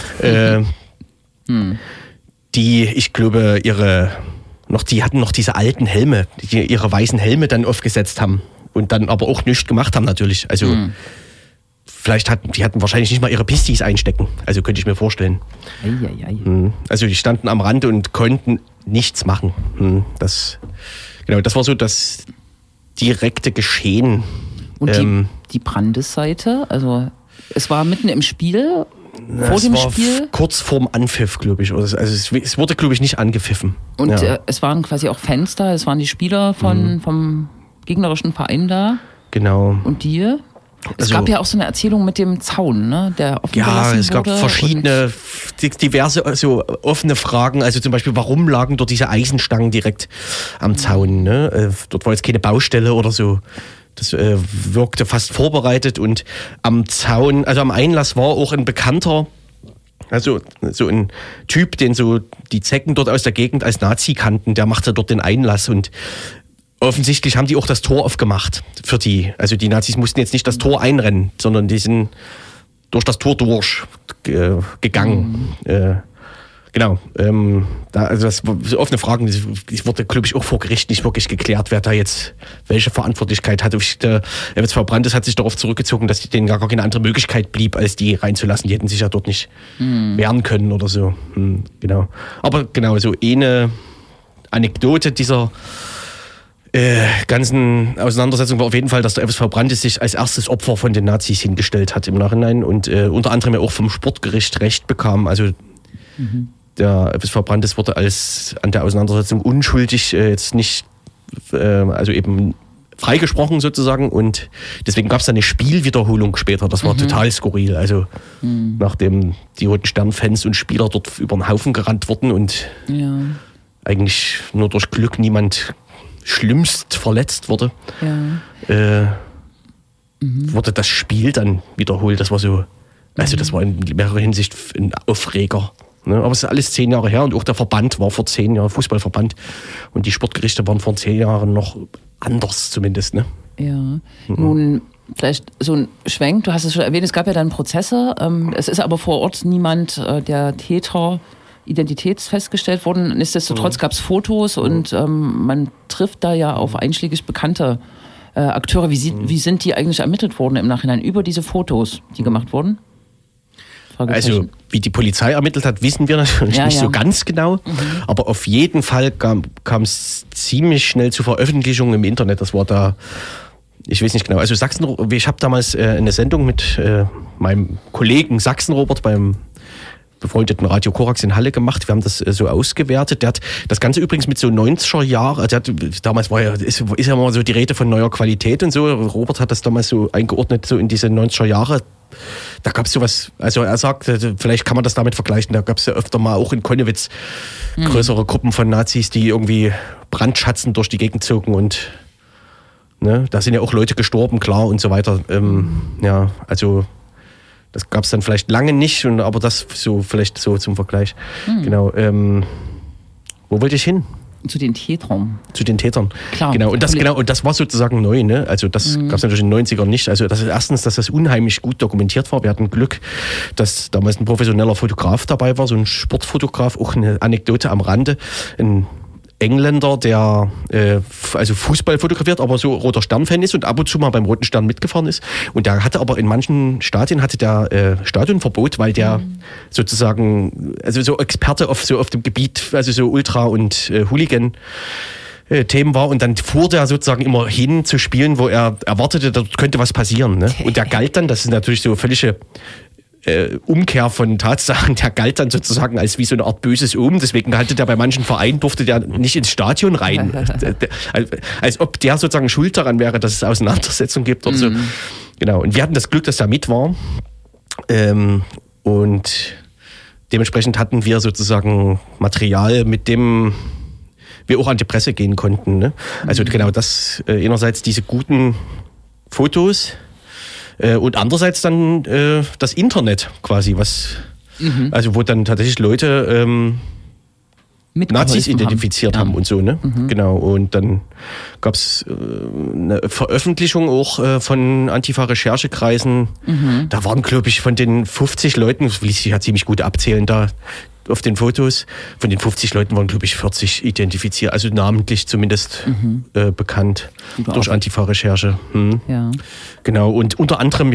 [SPEAKER 3] Die, ich glaube, die hatten noch diese alten Helme, die ihre weißen Helme dann aufgesetzt haben und dann aber auch nichts gemacht haben natürlich. Also die hatten wahrscheinlich nicht mal ihre Pistis einstecken. Also könnte ich mir vorstellen. Also die standen am Rand und konnten nichts machen. Das war so das direkte Geschehen.
[SPEAKER 1] Und die Brandis-Seite, also es war mitten im Spiel... Vor dem Spiel?
[SPEAKER 3] Kurz vorm Anpfiff, glaube ich. Also es wurde, glaube ich, nicht angepfiffen.
[SPEAKER 1] Und es waren quasi auch Fans da, es waren die Spieler vom gegnerischen Verein da.
[SPEAKER 3] Genau.
[SPEAKER 1] Und die? Es gab ja auch so eine Erzählung mit dem Zaun, ne, der offen gelassen wurde. Ja,
[SPEAKER 3] es gab verschiedene, diverse offene Fragen. Also zum Beispiel, warum lagen dort diese Eisenstangen direkt am Zaun? Ne? Dort war jetzt keine Baustelle oder so. Das wirkte fast vorbereitet und am Zaun, also am Einlass war auch ein Bekannter, also so ein Typ, den so die Zecken dort aus der Gegend als Nazi kannten, der machte dort den Einlass und offensichtlich haben die auch das Tor aufgemacht für die. Also die Nazis mussten jetzt nicht das Tor einrennen, sondern die sind durch das Tor gegangen. Genau. Also das war so offene Fragen, die wurde, glaube ich, auch vor Gericht nicht wirklich geklärt, wer da jetzt welche Verantwortlichkeit hatte. Der FSV Brandes hat sich darauf zurückgezogen, dass denen gar keine andere Möglichkeit blieb, als die reinzulassen. Die hätten sich ja dort nicht wehren können oder so. Genau. Aber genau, so eine Anekdote dieser ganzen Auseinandersetzung war auf jeden Fall, dass der FSV Brandes sich als erstes Opfer von den Nazis hingestellt hat im Nachhinein und unter anderem ja auch vom Sportgericht Recht bekam. Also der FSV Brandes wurde an der Auseinandersetzung unschuldig jetzt nicht, also eben freigesprochen sozusagen, und deswegen gab es dann eine Spielwiederholung später. Das war total skurril. Also nachdem die Roten Stern-Fans und Spieler dort über den Haufen gerannt wurden und eigentlich nur durch Glück niemand schlimmst verletzt wurde, wurde das Spiel dann wiederholt. Das war so, also das war in mehrerer Hinsicht ein Aufreger. Ne? Aber es ist alles 10 Jahre her und auch der Verband war vor 10 Jahren, Fußballverband, und die Sportgerichte waren vor 10 Jahren noch anders zumindest. Ne?
[SPEAKER 1] Ja, nun vielleicht so ein Schwenk, du hast es schon erwähnt, es gab ja dann Prozesse, es ist aber vor Ort niemand der Täter identitätsfestgestellt worden. Nichtsdestotrotz gab es Fotos und man trifft da ja auf einschlägig bekannte Akteure. Wie sind die eigentlich ermittelt worden im Nachhinein über diese Fotos, die gemacht wurden?
[SPEAKER 3] Also wie die Polizei ermittelt hat, wissen wir natürlich nicht so ganz genau. Aber auf jeden Fall kam es ziemlich schnell zu Veröffentlichungen im Internet. Das war da, ich weiß nicht genau. Also ich habe damals eine Sendung mit meinem Kollegen Sachsen-Robert beim befreundeten Radio Korax in Halle gemacht. Wir haben das so ausgewertet. Der hat das Ganze übrigens mit so 90er Jahren, damals ist ja immer so die Rede von neuer Qualität und so. Robert hat das damals so eingeordnet, so in diese 90er Jahre. Da gab es sowas, also er sagte, vielleicht kann man das damit vergleichen, da gab es ja öfter mal auch in Konnewitz größere Gruppen von Nazis, die irgendwie Brandschatzen durch die Gegend zogen und ne, da sind ja auch Leute gestorben, klar, und so weiter. Ja, also das gab es dann vielleicht lange nicht, aber das so vielleicht so zum Vergleich. Genau. Wo wollte ich hin?
[SPEAKER 1] Zu den Tätern.
[SPEAKER 3] Zu den Tätern.
[SPEAKER 1] Klar.
[SPEAKER 3] Genau. Und das war sozusagen neu, ne? Also das gab es natürlich in den 90ern nicht. Also das ist erstens, dass das unheimlich gut dokumentiert war. Wir hatten Glück, dass damals ein professioneller Fotograf dabei war, so ein Sportfotograf, auch eine Anekdote am Rande. Ein Engländer, der also Fußball fotografiert, aber so Roter Stern-Fan ist und ab und zu mal beim Roten Stern mitgefahren ist. Und der hatte aber in manchen Stadien Stadionverbot, weil der sozusagen, also so Experte auf dem Gebiet, also so Ultra- und Hooligan-Themen war. Und dann fuhr der sozusagen immer hin zu Spielen, wo er erwartete, dort könnte was passieren. Ne? Und der galt dann, das ist natürlich so völlige Umkehr von Tatsachen, der galt dann sozusagen als wie so eine Art böses Omen. Deswegen halte der bei manchen Vereinen, durfte der nicht ins Stadion rein. Als ob der sozusagen schuld daran wäre, dass es Auseinandersetzungen gibt oder so. Genau. Und wir hatten das Glück, dass der mit war. Und dementsprechend hatten wir sozusagen Material, mit dem wir auch an die Presse gehen konnten. Ne? Also genau das, einerseits diese guten Fotos, und andererseits dann das Internet quasi, also wo dann tatsächlich Leute Nazis identifiziert haben und so, ne? Genau. Und dann gab es eine Veröffentlichung auch von Antifa-Recherchekreisen. Da waren, glaube ich, von den 50 Leuten, das ließ sich ja ziemlich gut abzählen da auf den Fotos, von den 50 Leuten waren, glaube ich, 40 identifiziert, also namentlich zumindest bekannt durch Antifa-Recherche.
[SPEAKER 1] Ja.
[SPEAKER 3] Genau, und unter anderem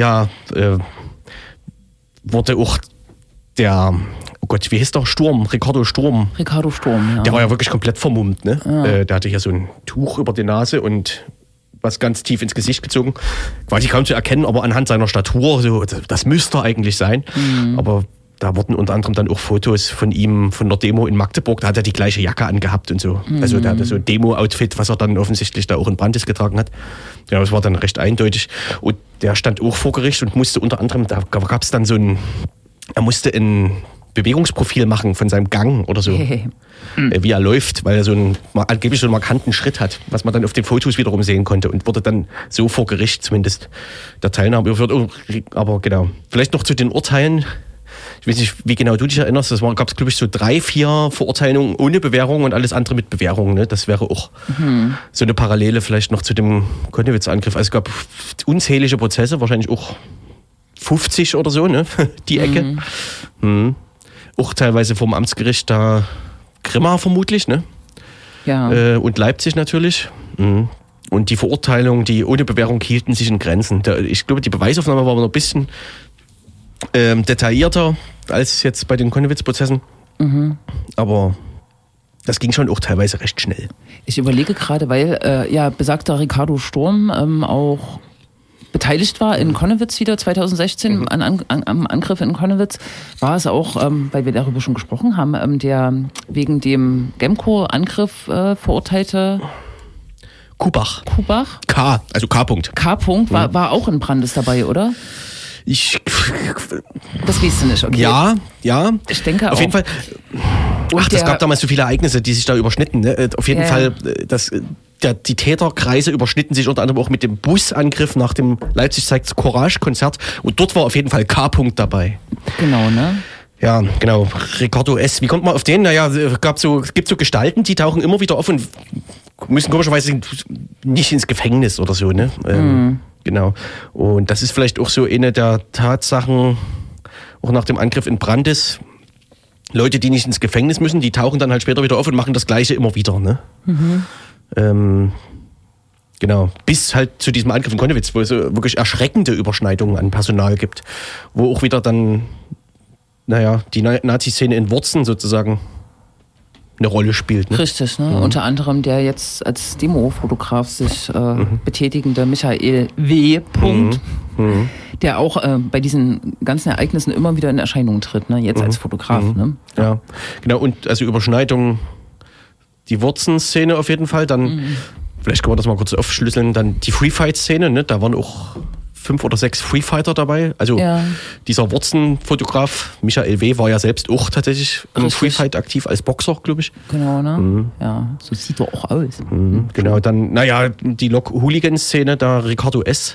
[SPEAKER 3] wurde auch der, oh Gott, wie hieß der? Ricardo Sturm.
[SPEAKER 1] Ricardo Sturm, ja.
[SPEAKER 3] Der war ja wirklich komplett vermummt, ne? Ja. Der hatte hier so ein Tuch über die Nase und was ganz tief ins Gesicht gezogen. Quasi kaum zu erkennen, aber anhand seiner Statur, so, das müsste er eigentlich sein. Aber da wurden unter anderem dann auch Fotos von ihm von der Demo in Magdeburg. Da hat er die gleiche Jacke angehabt und so. Also der hatte so ein Demo-Outfit, was er dann offensichtlich da auch in Brandis getragen hat. Ja, das war dann recht eindeutig. Und der stand auch vor Gericht und musste unter anderem, da gab es dann er musste ein Bewegungsprofil machen von seinem Gang oder so, wie er läuft, weil er angeblich so einen markanten Schritt hat, was man dann auf den Fotos wiederum sehen konnte und wurde dann so vor Gericht zumindest der Teilnahme überführt. Aber genau, vielleicht noch zu den Urteilen. Ich weiß nicht, wie genau du dich erinnerst, gab es, glaube ich, so 3, 4 Verurteilungen ohne Bewährung und alles andere mit Bewährung. Ne? Das wäre auch so eine Parallele vielleicht noch zu dem Konnewitz-Angriff. Also es gab unzählige Prozesse, wahrscheinlich auch 50 oder so, ne? Die Ecke. Auch teilweise vom Amtsgericht da Grimma vermutlich, ne?
[SPEAKER 1] Ja.
[SPEAKER 3] Und Leipzig natürlich. Und die Verurteilungen, die ohne Bewährung hielten sich in Grenzen. Ich glaube, die Beweisaufnahme war aber noch ein bisschen detaillierter als jetzt bei den Konnewitz-Prozessen. Aber das ging schon auch teilweise recht schnell.
[SPEAKER 1] Ich überlege gerade, weil besagter Ricardo Sturm auch beteiligt war in Konnewitz wieder 2016 am Angriff in Konnewitz, war es auch, weil wir darüber schon gesprochen haben, der wegen dem Gemco-Angriff verurteilte
[SPEAKER 3] Kubach.
[SPEAKER 1] K.
[SPEAKER 3] Also K-Punkt.
[SPEAKER 1] K-Punkt war auch in Brandes dabei, oder? Das weißt du nicht, okay.
[SPEAKER 3] Ja.
[SPEAKER 1] Ich denke auch.
[SPEAKER 3] Auf jeden Fall. Es gab damals so viele Ereignisse, die sich da überschnitten. Ne? Auf jeden Fall, die Täterkreise überschnitten sich unter anderem auch mit dem Busangriff nach dem Leipzig zeigt Courage-Konzert. Und dort war auf jeden Fall K-Punkt dabei.
[SPEAKER 1] Genau, ne?
[SPEAKER 3] Ja, genau. Ricardo S. Wie kommt man auf den? Naja, es gibt so Gestalten, die tauchen immer wieder auf und müssen komischerweise nicht ins Gefängnis oder so, ne? Genau. Und das ist vielleicht auch so eine der Tatsachen, auch nach dem Angriff in Brandes. Leute, die nicht ins Gefängnis müssen, die tauchen dann halt später wieder auf und machen das Gleiche immer wieder, ne? Genau. Bis halt zu diesem Angriff in Konnewitz, wo es wirklich erschreckende Überschneidungen an Personal gibt. Wo auch wieder dann, die Nazi-Szene in Wurzen sozusagen eine Rolle spielt. Ne?
[SPEAKER 1] Richtig, ne? Unter anderem der jetzt als Demo-Fotograf sich betätigende Michael W. Der auch bei diesen ganzen Ereignissen immer wieder in Erscheinung tritt, ne? Jetzt als Fotograf. Ne?
[SPEAKER 3] Ja, genau. Und also Überschneidung, die Wurzen-Szene auf jeden Fall. Dann, vielleicht können wir das mal kurz aufschlüsseln, dann die Free-Fight-Szene. Ne? Da waren auch 5 oder 6 Freefighter dabei. Also dieser Wurzen-Fotograf, Michael W., war ja selbst auch tatsächlich im Freefight aktiv als Boxer, glaube ich.
[SPEAKER 1] Genau, ne? Ja, so sieht er auch aus.
[SPEAKER 3] Genau, dann, die Lok-Hooligan-Szene, da Ricardo S.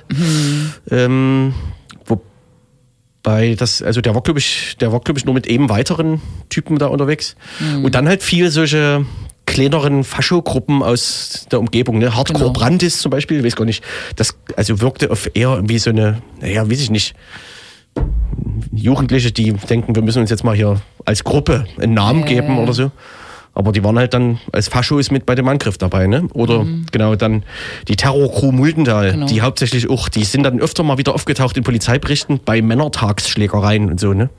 [SPEAKER 3] Wobei der war, glaube ich, nur mit eben weiteren Typen da unterwegs. Und dann halt viel solche kleineren Fascho-Gruppen aus der Umgebung, ne? Hardcore Brandis zum Beispiel, ich weiß gar nicht, das wirkte auf eher wie so eine, weiß ich nicht, Jugendliche, die denken, wir müssen uns jetzt mal hier als Gruppe einen Namen geben oder so. Aber die waren halt dann als Faschos mit bei dem Angriff dabei, ne? Oder dann die Terror-Crew Muldental, die hauptsächlich auch, die sind dann öfter mal wieder aufgetaucht in Polizeiberichten bei Männertagsschlägereien und so, ne?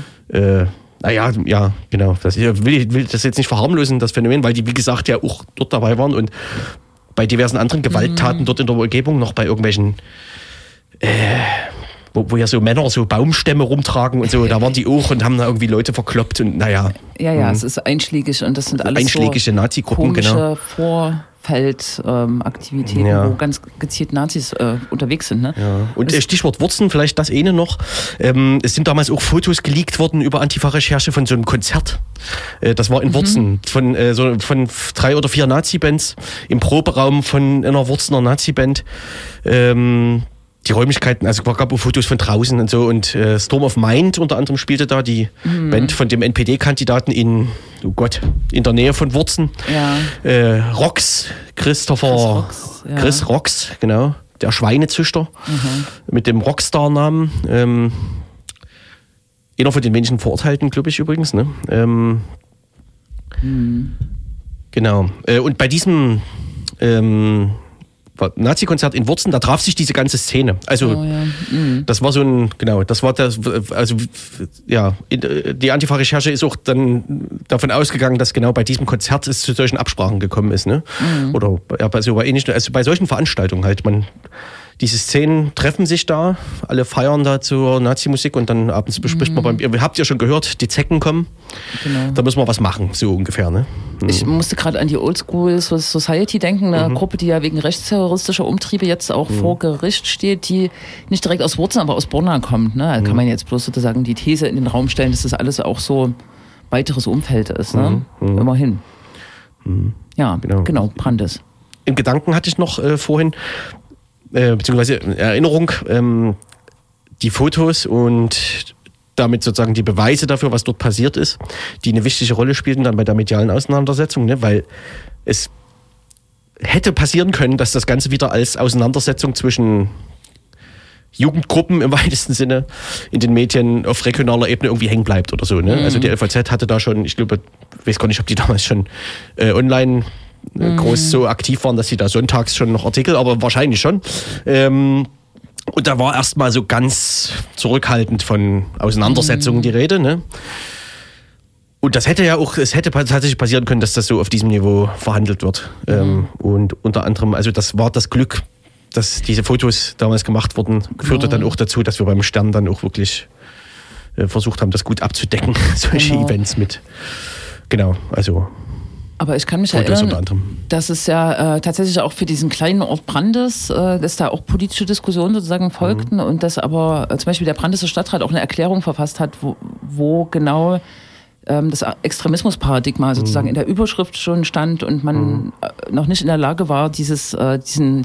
[SPEAKER 3] Genau. Ich will das jetzt nicht verharmlosen, das Phänomen, weil die, wie gesagt, ja auch dort dabei waren und bei diversen anderen Gewalttaten dort in der Umgebung noch bei irgendwelchen, wo ja so Männer so Baumstämme rumtragen und so, da waren die auch und haben da irgendwie Leute verkloppt und
[SPEAKER 1] es ist einschlägig und das sind alles
[SPEAKER 3] einschlägige
[SPEAKER 1] so
[SPEAKER 3] Nazi-Gruppen,
[SPEAKER 1] komische Vorfeldaktivitäten, wo ganz gezielt Nazis unterwegs sind. Ne?
[SPEAKER 3] Ja. Und Stichwort Wurzen, vielleicht das eine noch. Es sind damals auch Fotos geleakt worden über Antifa-Recherche von so einem Konzert. Das war in Wurzen von 3 oder 4 Nazi-Bands im Proberaum von einer Wurzener Nazi-Band. Die Räumlichkeiten, also es gab auch Fotos von draußen und so und Storm of Mind unter anderem spielte da, die Band von dem NPD-Kandidaten in der Nähe von Wurzen. Ja. Rox, Chris Rox, genau, der Schweinezüchter mit dem Rockstar-Namen. Einer von den wenigen Verurteilten, glaube ich übrigens. Ne? Genau. Und bei diesem Nazi-Konzert in Wurzen, da traf sich diese ganze Szene. Also das war so ein, die Antifa-Recherche ist auch dann davon ausgegangen, dass genau bei diesem Konzert es zu solchen Absprachen gekommen ist. Ne? Oder bei solchen Veranstaltungen halt. Diese Szenen treffen sich da, alle feiern da zur Nazi-Musik und dann abends bespricht man habt ihr schon gehört, die Zecken kommen, da müssen wir was machen, so ungefähr. Ne?
[SPEAKER 1] Ich musste gerade an die Oldschool Society denken, eine Gruppe, die ja wegen rechtsterroristischer Umtriebe jetzt auch vor Gericht steht, die nicht direkt aus Wurzen, aber aus Borna kommt. Ne? Da kann man jetzt bloß sozusagen die These in den Raum stellen, dass das alles auch so weiteres Umfeld ist. Ne? Immerhin. Ja, genau, Brandes.
[SPEAKER 3] In Gedanken hatte ich noch vorhin, beziehungsweise Erinnerung, die Fotos und damit sozusagen die Beweise dafür, was dort passiert ist, die eine wichtige Rolle spielten dann bei der medialen Auseinandersetzung, ne? Weil es hätte passieren können, dass das Ganze wieder als Auseinandersetzung zwischen Jugendgruppen im weitesten Sinne in den Medien auf regionaler Ebene irgendwie hängen bleibt oder so. Ne? Also die LVZ hatte da schon, ich glaube, ich weiß gar nicht, ob die damals schon online groß so aktiv waren, dass sie da sonntags schon noch Artikel, aber wahrscheinlich schon. Und da war erstmal so ganz zurückhaltend von Auseinandersetzungen die Rede. Ne? Und das hätte ja auch, es hätte tatsächlich passieren können, dass das so auf diesem Niveau verhandelt wird. Und unter anderem, also das war das Glück, dass diese Fotos damals gemacht wurden, führte dann auch dazu, dass wir beim Stern dann auch wirklich versucht haben, das gut abzudecken, solche Events mit. Genau, also.
[SPEAKER 1] Aber ich kann mich erinnern, dass es ja tatsächlich auch für diesen kleinen Ort Brandes, dass da auch politische Diskussionen sozusagen folgten und dass aber zum Beispiel der Brandeser Stadtrat auch eine Erklärung verfasst hat, wo genau das Extremismusparadigma sozusagen in der Überschrift schon stand und man noch nicht in der Lage war, diesen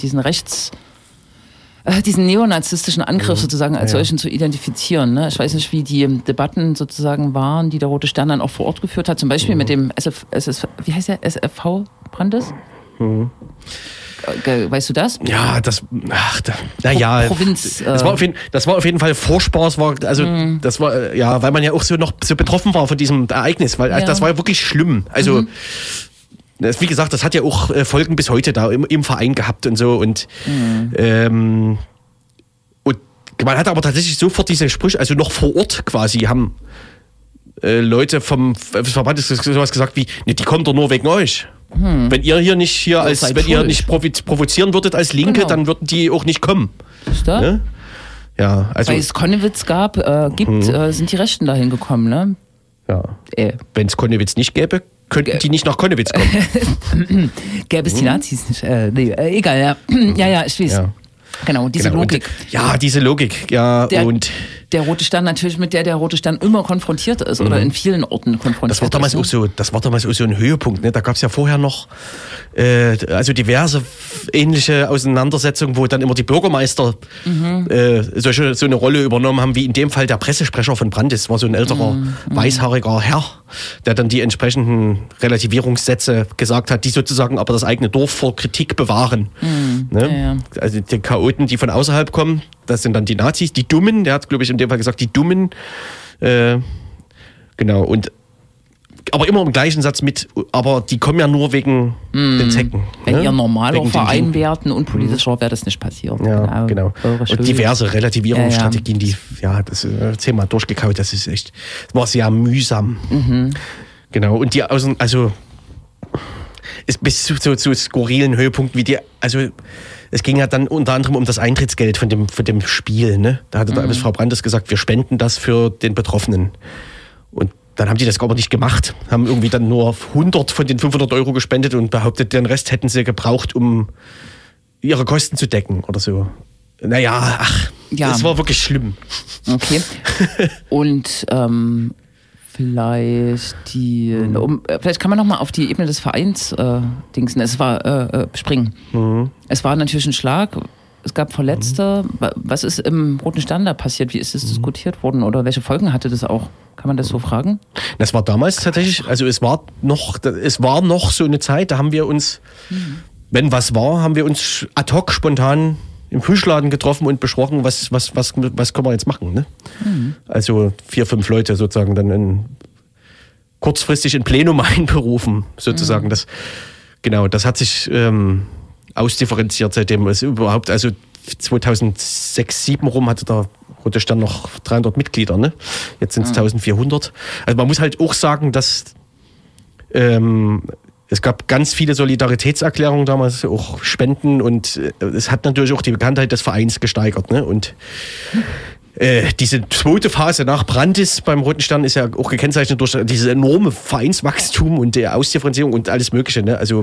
[SPEAKER 1] neonazistischen Angriff sozusagen als solchen zu identifizieren. Ne? Ich weiß nicht, wie die Debatten sozusagen waren, die der Rote Stern dann auch vor Ort geführt hat, zum Beispiel mit dem wie heißt der, SFV Brandes? Weißt du das?
[SPEAKER 3] Ja,
[SPEAKER 1] Provinz.
[SPEAKER 3] Das war auf jeden Fall furchtbar. Das war, weil man ja auch so betroffen war von diesem Ereignis, weil das war ja wirklich schlimm. Also, wie gesagt, das hat ja auch Folgen bis heute da im Verein gehabt und so und man hat aber tatsächlich sofort diese Sprüche, also noch vor Ort quasi, haben Leute vom Verband sowas gesagt wie, ne, die kommen doch nur wegen euch. Wenn ihr hier nicht wenn ihr nicht provozieren würdet als Linke, dann würden die auch nicht kommen.
[SPEAKER 1] Ist da?
[SPEAKER 3] Ne? Ja, also
[SPEAKER 1] weil es Konnewitz sind die Rechten dahin gekommen, ne?
[SPEAKER 3] Ja. Wenn es Konnewitz nicht gäbe, könnten die nicht nach Konnewitz kommen.
[SPEAKER 1] Gäbe es die Nazis nicht? Egal, ja. Ja, ich weiß. Ja. Genau, diese Logik.
[SPEAKER 3] Diese Logik,
[SPEAKER 1] Der Rote Stern natürlich, mit der Rote Stern immer konfrontiert ist oder in vielen Orten konfrontiert ist.
[SPEAKER 3] Das war damals auch so ein Höhepunkt. Ne? Da gab es ja vorher noch diverse ähnliche Auseinandersetzungen, wo dann immer die Bürgermeister so eine Rolle übernommen haben, wie in dem Fall der Pressesprecher von Brandes. War so ein älterer, weißhaariger Herr, der dann die entsprechenden Relativierungssätze gesagt hat, die sozusagen aber das eigene Dorf vor Kritik bewahren. Ne? Ja. Also die Chaoten, die von außerhalb kommen, das sind dann die Nazis, die Dummen, der hat, glaube ich, in dem Fall gesagt, die Dummen, genau, aber immer im gleichen Satz mit, aber die kommen ja nur wegen den Zecken.
[SPEAKER 1] Wenn ihr normaler Verein wärt, ein unpolitischer, wäre das nicht passiert.
[SPEAKER 3] Ja, genau. Und diverse Relativierungsstrategien, die, das 10-mal durchgekaut, das war sehr mühsam. Genau, und die ist bis zu skurrilen Höhepunkten wie es ging ja dann unter anderem um das Eintrittsgeld von dem Spiel. Ne? Da hatte der Frau Brandes gesagt, wir spenden das für den Betroffenen. Und dann haben die das aber nicht gemacht, haben irgendwie dann nur 100 von den 500 Euro gespendet und behauptet, den Rest hätten sie gebraucht, um ihre Kosten zu decken oder so. Naja, das war wirklich schlimm.
[SPEAKER 1] Okay. Und vielleicht kann man noch mal auf die Ebene des Vereins dingsen. Es war springen. Es war natürlich ein Schlag. Es gab Verletzte. Was ist im Roten Stern da passiert? Wie ist es diskutiert worden? Oder welche Folgen hatte das auch? Kann man das so fragen?
[SPEAKER 3] Das war damals tatsächlich, also es war noch so eine Zeit, da haben wir uns, wenn was war, haben wir uns ad hoc spontan im Fischladen getroffen und besprochen, was können wir jetzt machen. Ne? Also 4, 5 Leute sozusagen dann kurzfristig in Plenum einberufen, sozusagen. Das hat sich ausdifferenziert, seitdem es überhaupt, also 2006, 2007 rum hatte der Rote Stern noch 300 Mitglieder, ne? Jetzt sind es 1400. Also man muss halt auch sagen, dass es gab ganz viele Solidaritätserklärungen damals, auch Spenden und es hat natürlich auch die Bekanntheit des Vereins gesteigert. Ne? Und diese zweite Phase nach Brandes beim Roten Stern ist ja auch gekennzeichnet durch dieses enorme Vereinswachstum und die Ausdifferenzierung und alles Mögliche. Ne? Also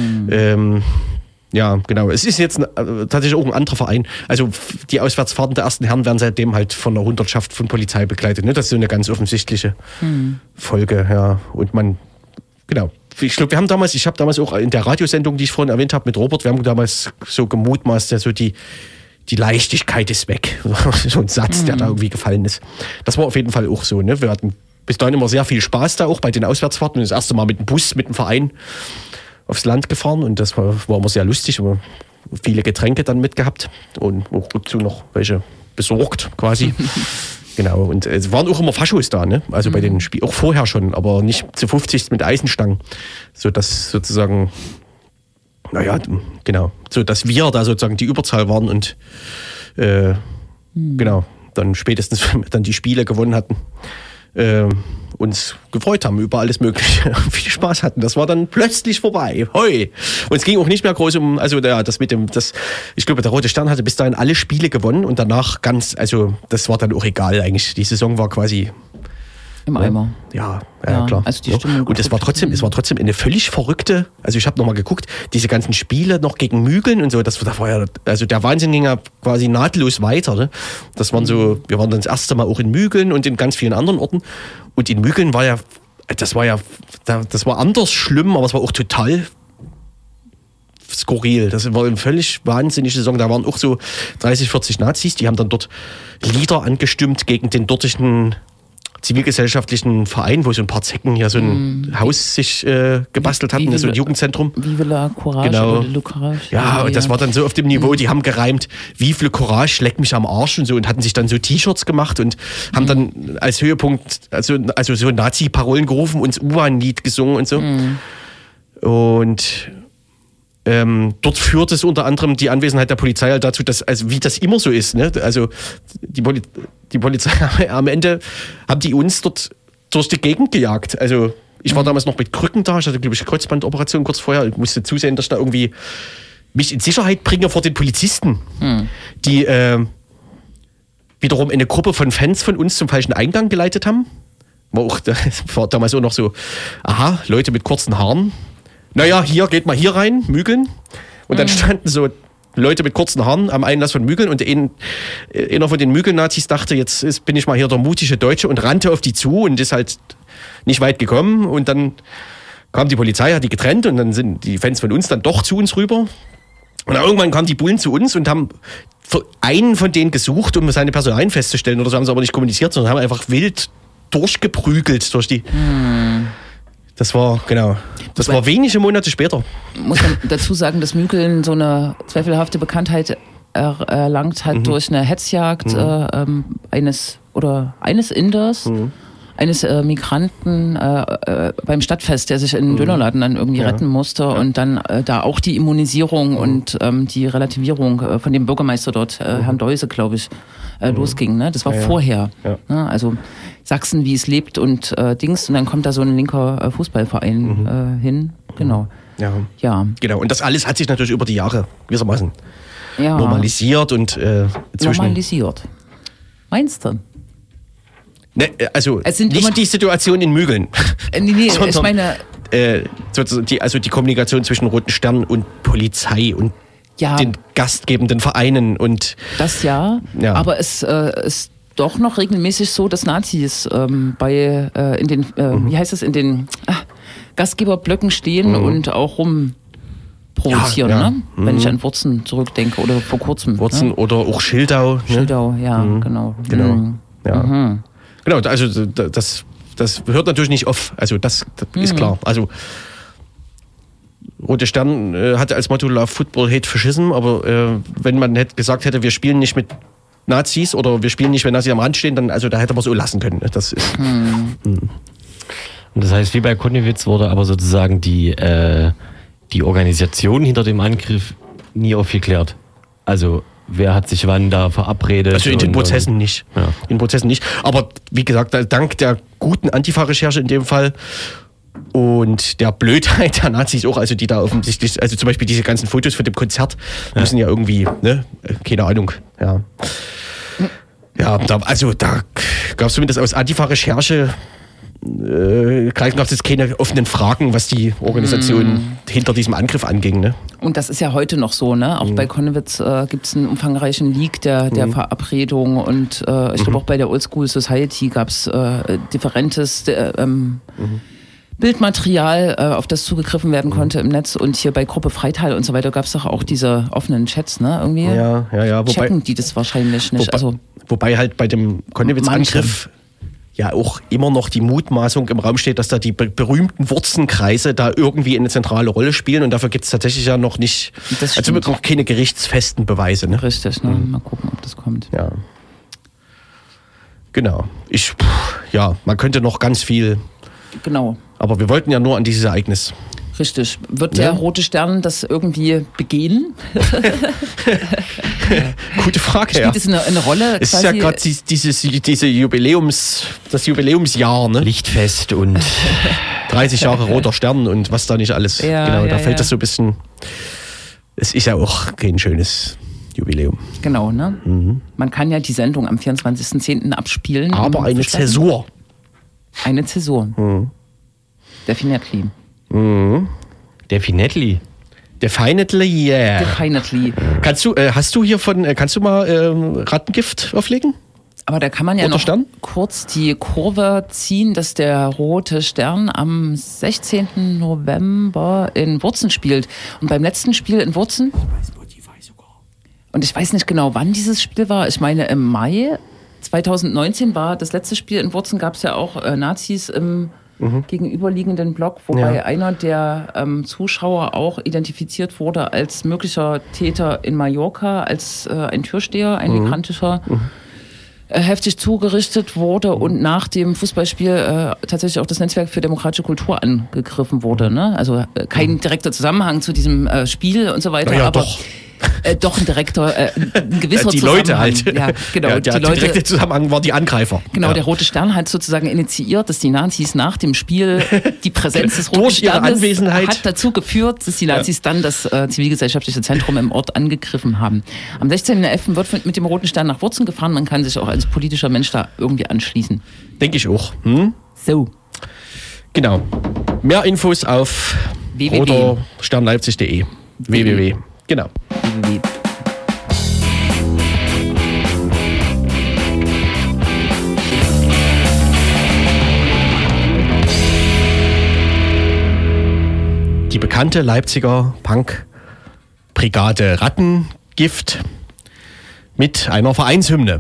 [SPEAKER 3] ja, genau. Es ist jetzt tatsächlich auch ein anderer Verein. Also die Auswärtsfahrten der ersten Herren werden seitdem halt von einer Hundertschaft von Polizei begleitet. Ne? Das ist so eine ganz offensichtliche Folge. Ja. Und genau. Ich glaube, ich habe damals auch in der Radiosendung, die ich vorhin erwähnt habe mit Robert, wir haben damals so gemutmaßt, ja, so die Leichtigkeit ist weg. So ein Satz, der da irgendwie gefallen ist. Das war auf jeden Fall auch so. Ne? Wir hatten bis dahin immer sehr viel Spaß da auch bei den Auswärtsfahrten. Das erste Mal mit dem Bus, mit dem Verein aufs Land gefahren und das war immer sehr lustig. Wir haben viele Getränke dann mitgehabt und auch dazu noch welche besorgt quasi. Genau, und es waren auch immer Faschos da, ne? Also bei den Spielen, auch vorher schon, aber nicht zu 50 mit Eisenstangen. So dass sozusagen, naja, genau, so dass wir da sozusagen die Überzahl waren und genau, dann spätestens dann die Spiele gewonnen hatten. Uns gefreut haben über alles Mögliche, viel Spaß hatten. Das war dann plötzlich vorbei. Hoi! Und es ging auch nicht mehr groß um, also ja, ich glaube, der Rote Stern hatte bis dahin alle Spiele gewonnen und danach das war dann auch egal eigentlich. Die Saison war quasi
[SPEAKER 1] im Eimer.
[SPEAKER 3] Ja, klar.
[SPEAKER 1] Also die Stimmung
[SPEAKER 3] und es war trotzdem eine völlig verrückte, also ich habe nochmal geguckt, diese ganzen Spiele noch gegen Mügeln und so, das war ja, also der Wahnsinn ging ja quasi nahtlos weiter. Ne? Das waren so, wir waren dann das erste Mal auch in Mügeln und in ganz vielen anderen Orten. Und in Mügeln das war anders schlimm, aber es war auch total skurril. Das war eine völlig wahnsinnige Saison. Da waren auch so 30, 40 Nazis, die haben dann dort Lieder angestimmt gegen den dortigen zivilgesellschaftlichen Verein, wo so ein paar Zecken hier so ein Haus sich gebastelt hatten, so ein Jugendzentrum.
[SPEAKER 1] Vive la Courage.
[SPEAKER 3] Genau.
[SPEAKER 1] Oder Le Courage.
[SPEAKER 3] Ja, und das war dann so auf dem Niveau, die haben gereimt, Vive le Courage, leck mich am Arsch und so und hatten sich dann so T-Shirts gemacht und haben dann als Höhepunkt, also so Nazi-Parolen gerufen und das U-Bahn-Lied gesungen und so. Und dort führt es unter anderem die Anwesenheit der Polizei halt dazu, dass, also wie das immer so ist, ne? Also die Polizei am Ende haben die uns dort durch die Gegend gejagt. Also ich war damals noch mit Krücken da, ich hatte, glaube ich, eine Kreuzbandoperation kurz vorher. Ich musste zusehen, dass ich da irgendwie mich in Sicherheit bringe vor den Polizisten, die wiederum eine Gruppe von Fans von uns zum falschen Eingang geleitet haben. War damals auch noch so, aha, Leute mit kurzen Haaren. Naja, hier, geht mal hier rein, Mügeln. Und dann standen so Leute mit kurzen Haaren am Einlass von Mügeln und einer von den Mügeln-Nazis dachte, jetzt bin ich mal hier der mutige Deutsche und rannte auf die zu und ist halt nicht weit gekommen. Und dann kam die Polizei, hat die getrennt und dann sind die Fans von uns dann doch zu uns rüber. Und dann irgendwann kamen die Bullen zu uns und haben einen von denen gesucht, um seine Personalien festzustellen. Oder so haben sie aber nicht kommuniziert, sondern haben einfach wild durchgeprügelt durch die... Das war, genau. Das war wenige Monate später.
[SPEAKER 1] Muss man dazu sagen, dass Mügeln so eine zweifelhafte Bekanntheit erlangt hat durch eine Hetzjagd eines Inders, eines Migranten beim Stadtfest, der sich in den Dönerladen dann irgendwie retten musste und dann da auch die Immunisierung und die Relativierung von dem Bürgermeister dort, Herrn Deuse, glaube ich, losging. Ne? Das war vorher. Ja. Ne? Also Sachsen, wie es lebt und Dings. Und dann kommt da so ein linker Fußballverein hin. Genau. Ja. Genau.
[SPEAKER 3] Und das alles hat sich natürlich über die Jahre gewissermaßen normalisiert und
[SPEAKER 1] normalisiert. Meinst du?
[SPEAKER 3] Ne, also nicht die Situation in Mügeln.
[SPEAKER 1] Nee, sondern, ich meine...
[SPEAKER 3] die Kommunikation zwischen Roten Stern und Polizei und den gastgebenden Vereinen und...
[SPEAKER 1] Das aber es ist doch noch regelmäßig so, dass Nazis in den Gastgeberblöcken stehen und auch rumprovozieren, ne? Wenn ich an Wurzen zurückdenke oder vor kurzem.
[SPEAKER 3] Wurzen oder auch Schildau.
[SPEAKER 1] Schildau, genau.
[SPEAKER 3] Ja. Genau, also das hört natürlich nicht auf, also das ist klar. Also Rote Stern hatte als Motto Love Football, Hate Fascism, aber wenn man gesagt hätte, wir spielen nicht mit Nazis oder wir spielen nicht, wenn Nazis am Rand stehen, dann da hätte man es so lassen können. Das ist,
[SPEAKER 2] Und das heißt, wie bei Konnewitz wurde aber sozusagen die Organisation hinter dem Angriff nie aufgeklärt. Also wer hat sich wann da verabredet?
[SPEAKER 3] Also in den Prozessen nicht. Ja. In Prozessen nicht. Aber wie gesagt, dank der guten Antifa-Recherche in dem Fall und der Blödheit der Nazis auch, also die da offensichtlich, also zum Beispiel diese ganzen Fotos von dem Konzert müssen ja irgendwie, ne, keine Ahnung, da gab es zumindest aus Antifa-Recherche gab es jetzt keine offenen Fragen, was die Organisation hinter diesem Angriff anging. Ne?
[SPEAKER 1] Und das ist ja heute noch so, ne? Auch bei Konnewitz gibt es einen umfangreichen Leak der Verabredung und ich glaube auch bei der Old School Society gab es differentes Bildmaterial, auf das zugegriffen werden konnte im Netz. Und hier bei Gruppe Freital und so weiter gab es doch auch diese offenen Chats, ne? Irgendwie checken die das wahrscheinlich nicht.
[SPEAKER 3] Wobei halt bei dem Konnewitz-Angriff ja auch immer noch die Mutmaßung im Raum steht, dass da die berühmten Wurzenkreise da irgendwie eine zentrale Rolle spielen und dafür gibt es tatsächlich ja noch nicht, also noch keine gerichtsfesten Beweise. Ne?
[SPEAKER 1] Richtig, ne? Mal gucken, ob das kommt.
[SPEAKER 3] Ja. Genau. Man könnte noch ganz viel.
[SPEAKER 1] Genau.
[SPEAKER 3] Aber wir wollten ja nur an dieses Ereignis.
[SPEAKER 1] Richtig. Wird der Rote Stern das irgendwie begehen?
[SPEAKER 3] Gute Frage,
[SPEAKER 1] Spielt es eine Rolle?
[SPEAKER 3] Es ist ja gerade das Jubiläumsjahr, ne?
[SPEAKER 2] Lichtfest und
[SPEAKER 3] 30 Jahre Roter Stern und was da nicht alles. Da fällt das so ein bisschen. Es ist ja auch kein schönes Jubiläum.
[SPEAKER 1] Genau, ne? Man kann ja die Sendung am 24.10. abspielen.
[SPEAKER 3] Aber eine Zäsur.
[SPEAKER 1] Eine Zäsur. Definitely.
[SPEAKER 2] Definitely.
[SPEAKER 3] Definitely, yeah.
[SPEAKER 1] Definitely.
[SPEAKER 3] Kannst du mal Rattengift auflegen?
[SPEAKER 1] Aber da kann man ja
[SPEAKER 3] Roter
[SPEAKER 1] noch
[SPEAKER 3] Stern?
[SPEAKER 1] kurz die Kurve ziehen, dass der Rote Stern am 16. November in Wurzen spielt. Und beim letzten Spiel in Wurzen, und ich weiß nicht genau, wann dieses Spiel war, ich meine im Mai 2019 war das letzte Spiel in Wurzen, gab es ja auch Nazis im gegenüberliegenden Block, wobei einer der Zuschauer auch identifiziert wurde als möglicher Täter in Mallorca, als ein Türsteher, ein migrantischer, heftig zugerichtet wurde und nach dem Fußballspiel tatsächlich auch das Netzwerk für demokratische Kultur angegriffen wurde. Ne? Also kein direkter Zusammenhang zu diesem Spiel und so weiter, aber doch ein direkter, ein gewisser
[SPEAKER 3] die
[SPEAKER 1] Zusammenhang.
[SPEAKER 3] Leute halt.
[SPEAKER 1] Ja, genau.
[SPEAKER 3] Ja, der direkte Zusammenhang war die Angreifer.
[SPEAKER 1] Genau, der Rote Stern hat sozusagen initiiert, dass die Nazis nach dem Spiel die Präsenz des Roten
[SPEAKER 3] Durch ihre
[SPEAKER 1] Sternes
[SPEAKER 3] Anwesenheit
[SPEAKER 1] hat dazu geführt, dass die Nazis dann das zivilgesellschaftliche Zentrum im Ort angegriffen haben. Am 16.11. wird mit dem Roten Stern nach Wurzen gefahren. Man kann sich auch als politischer Mensch da irgendwie anschließen.
[SPEAKER 3] Denke ich auch.
[SPEAKER 1] So.
[SPEAKER 3] Genau. Mehr Infos auf rotersternleipzig.de. www. Genau. Die bekannte Leipziger Punk-Brigade Rattengift mit einer Vereinshymne.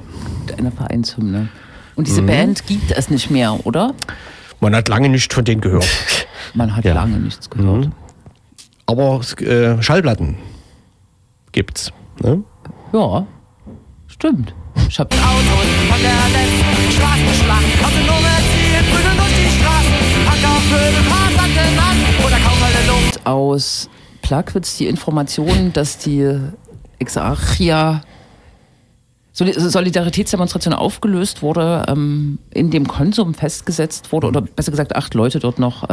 [SPEAKER 1] Und diese Band gibt es nicht mehr, oder?
[SPEAKER 3] Man hat lange nichts von denen gehört.
[SPEAKER 1] Man hat lange nichts gehört.
[SPEAKER 3] Aber Schallplatten gibt's. Ne?
[SPEAKER 1] Ja, stimmt. Ich hab
[SPEAKER 5] Autos von der letzten Straßenschlacht. Autonome ziehen prügeln durch die Straßen. Hackervögel, Fahrsacken an oder kaum eine Luft.
[SPEAKER 1] Aus Plagwitz die Information, dass die Exarchia Solidaritätsdemonstration aufgelöst wurde, in dem Konsum festgesetzt wurde, oder besser gesagt 8 Leute dort noch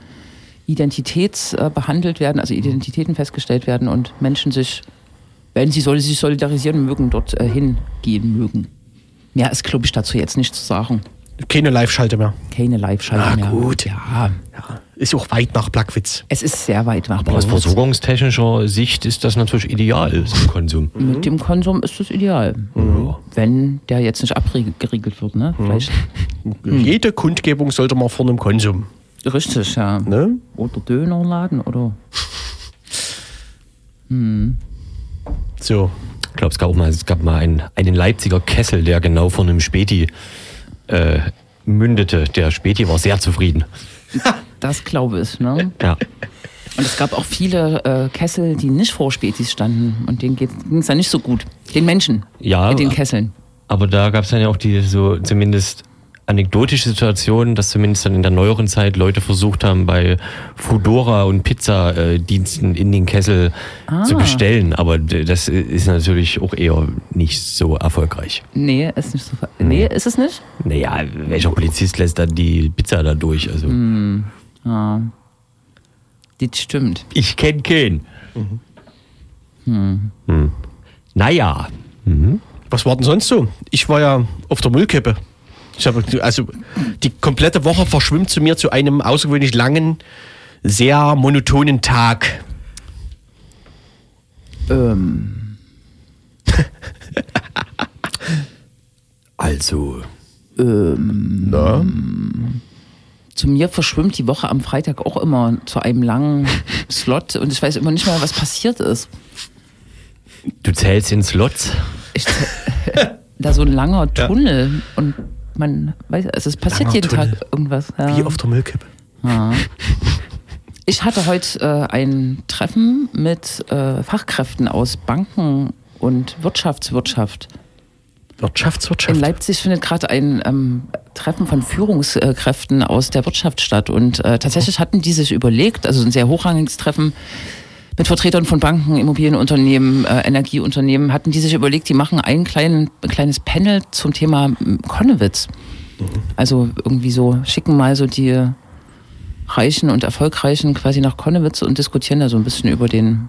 [SPEAKER 1] behandelt werden, also Identitäten festgestellt werden und Menschen sich, wenn sie sich solidarisieren mögen, dort hingehen mögen. Mehr ist, glaube ich, dazu jetzt nicht zu sagen.
[SPEAKER 3] Keine Live-Schalte mehr.
[SPEAKER 1] Keine Live-Schalte mehr.
[SPEAKER 3] Gut.
[SPEAKER 1] Ja.
[SPEAKER 3] Ist auch weit nach Plagwitz.
[SPEAKER 1] Es ist sehr weit nach
[SPEAKER 2] Aber aus
[SPEAKER 1] Plagwitz.
[SPEAKER 2] versorgungstechnischer Sicht ist das natürlich ideal, im Konsum.
[SPEAKER 1] Mit dem Konsum ist das ideal. Wenn der jetzt nicht abgeriegelt wird, ne? Vielleicht.
[SPEAKER 3] Jede Kundgebung sollte man vor einem Konsum.
[SPEAKER 1] Richtig, ja.
[SPEAKER 3] Ne?
[SPEAKER 1] Oder Dönerladen, oder?
[SPEAKER 3] So.
[SPEAKER 2] Ich glaube, es gab mal einen Leipziger Kessel, der genau vor einem Späti mündete. Der Späti war sehr zufrieden.
[SPEAKER 1] Das glaube ich, ne?
[SPEAKER 2] Ja.
[SPEAKER 1] Und es gab auch viele Kessel, die nicht vor Spätis standen. Und denen ging es dann nicht so gut. Den Menschen mit den Kesseln.
[SPEAKER 2] Aber da gab es dann ja auch die so zumindest anekdotische Situation, dass zumindest dann in der neueren Zeit Leute versucht haben, bei Foodora und Pizzadiensten in den Kessel zu bestellen. Aber das ist natürlich auch eher nicht so erfolgreich.
[SPEAKER 1] Nee, ist nicht so. Nee, ist es nicht?
[SPEAKER 2] Naja, welcher Polizist lässt dann die Pizza da durch? Also.
[SPEAKER 1] Ja. Das stimmt.
[SPEAKER 2] Ich kenne keinen. Naja.
[SPEAKER 3] Was war denn sonst so? Ich war ja auf der Müllkippe. Also die komplette Woche verschwimmt zu mir zu einem außergewöhnlich langen, sehr monotonen Tag.
[SPEAKER 2] Also.
[SPEAKER 3] Na?
[SPEAKER 1] Zu mir verschwimmt die Woche am Freitag auch immer zu einem langen Slot und ich weiß immer nicht mehr, was passiert ist.
[SPEAKER 2] Du zählst in Slots?
[SPEAKER 1] Da so ein langer Tunnel und man weiß, also es passiert
[SPEAKER 3] Langer
[SPEAKER 1] jeden
[SPEAKER 3] Tunnel.
[SPEAKER 1] Tag irgendwas. Ja.
[SPEAKER 3] Wie auf der Müllkippe.
[SPEAKER 1] Ja. Ich hatte heute ein Treffen mit Fachkräften aus Banken und Wirtschaft.
[SPEAKER 3] Wirtschaftswirtschaft.
[SPEAKER 1] In Leipzig findet gerade ein Treffen von Führungskräften aus der Wirtschaft statt. Und tatsächlich hatten die sich überlegt, also ein sehr hochrangiges Treffen mit Vertretern von Banken, Immobilienunternehmen, Energieunternehmen, hatten die sich überlegt, die machen ein kleines Panel zum Thema Konnewitz. Also irgendwie so, schicken mal so die Reichen und Erfolgreichen quasi nach Konnewitz und diskutieren da so ein bisschen über den...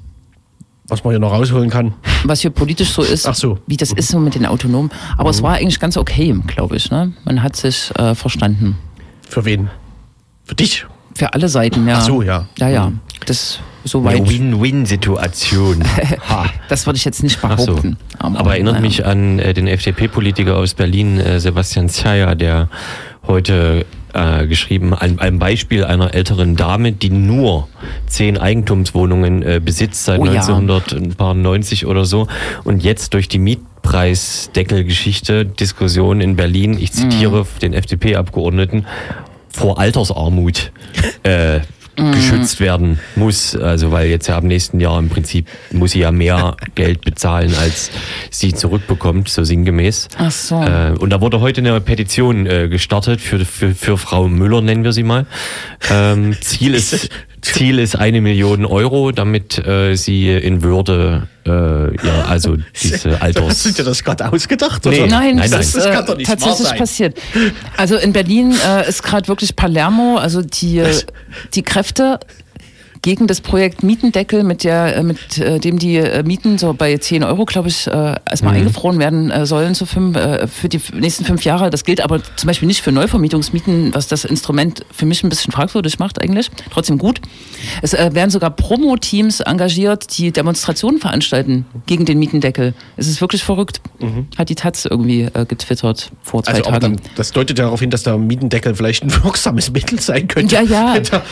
[SPEAKER 3] Was man hier noch rausholen kann.
[SPEAKER 1] Was hier politisch so ist,
[SPEAKER 3] Ach so.
[SPEAKER 1] Wie das ist so mit den Autonomen. Aber es war eigentlich ganz okay, glaube ich. Ne? Man hat sich verstanden.
[SPEAKER 3] Für wen? Für dich?
[SPEAKER 1] Für alle Seiten, ja.
[SPEAKER 3] Ach so, ja.
[SPEAKER 1] Ja. Das soweit.
[SPEAKER 2] Eine Win-Win-Situation.
[SPEAKER 1] Das würde ich jetzt nicht behaupten.
[SPEAKER 2] So. Aber erinnert mich an den FDP-Politiker aus Berlin, Sebastian Zayer, der heute geschrieben, an einem Beispiel einer älteren Dame, die nur 10 Eigentumswohnungen besitzt seit 1990 oder so und jetzt durch die Mietpreisdeckelgeschichte, Diskussion in Berlin, ich zitiere den FDP-Abgeordneten, vor Altersarmut geschützt werden muss, also weil jetzt ja ab nächsten Jahr im Prinzip muss sie ja mehr Geld bezahlen, als sie zurückbekommt, so sinngemäß.
[SPEAKER 1] Ach so.
[SPEAKER 2] Und da wurde heute eine Petition gestartet für Frau Müller, nennen wir sie mal. Ziel ist 1 Million Euro, damit sie in Würde also diese Alters...
[SPEAKER 3] Hast du dir das gerade ausgedacht?
[SPEAKER 2] Nee.
[SPEAKER 3] Oder?
[SPEAKER 1] Nein,
[SPEAKER 2] Nein,
[SPEAKER 1] das
[SPEAKER 3] das kann doch nicht wahr
[SPEAKER 1] tatsächlich
[SPEAKER 3] sein.
[SPEAKER 1] passiert. Also in Berlin ist gerade wirklich Palermo, also die Kräfte gegen das Projekt Mietendeckel, mit dem die Mieten so bei 10 Euro, glaube ich, erstmal eingefroren werden sollen für die nächsten 5 Jahre. Das gilt aber zum Beispiel nicht für Neuvermietungsmieten, was das Instrument für mich ein bisschen fragwürdig macht eigentlich. Trotzdem gut. Es werden sogar Promo-Teams engagiert, die Demonstrationen veranstalten gegen den Mietendeckel. Es ist wirklich verrückt. Hat die Taz irgendwie getwittert vor 2
[SPEAKER 3] Also, aber
[SPEAKER 1] Tagen.
[SPEAKER 3] dann, das deutet darauf hin, dass der Mietendeckel vielleicht ein wirksames Mittel sein könnte.
[SPEAKER 1] Ja.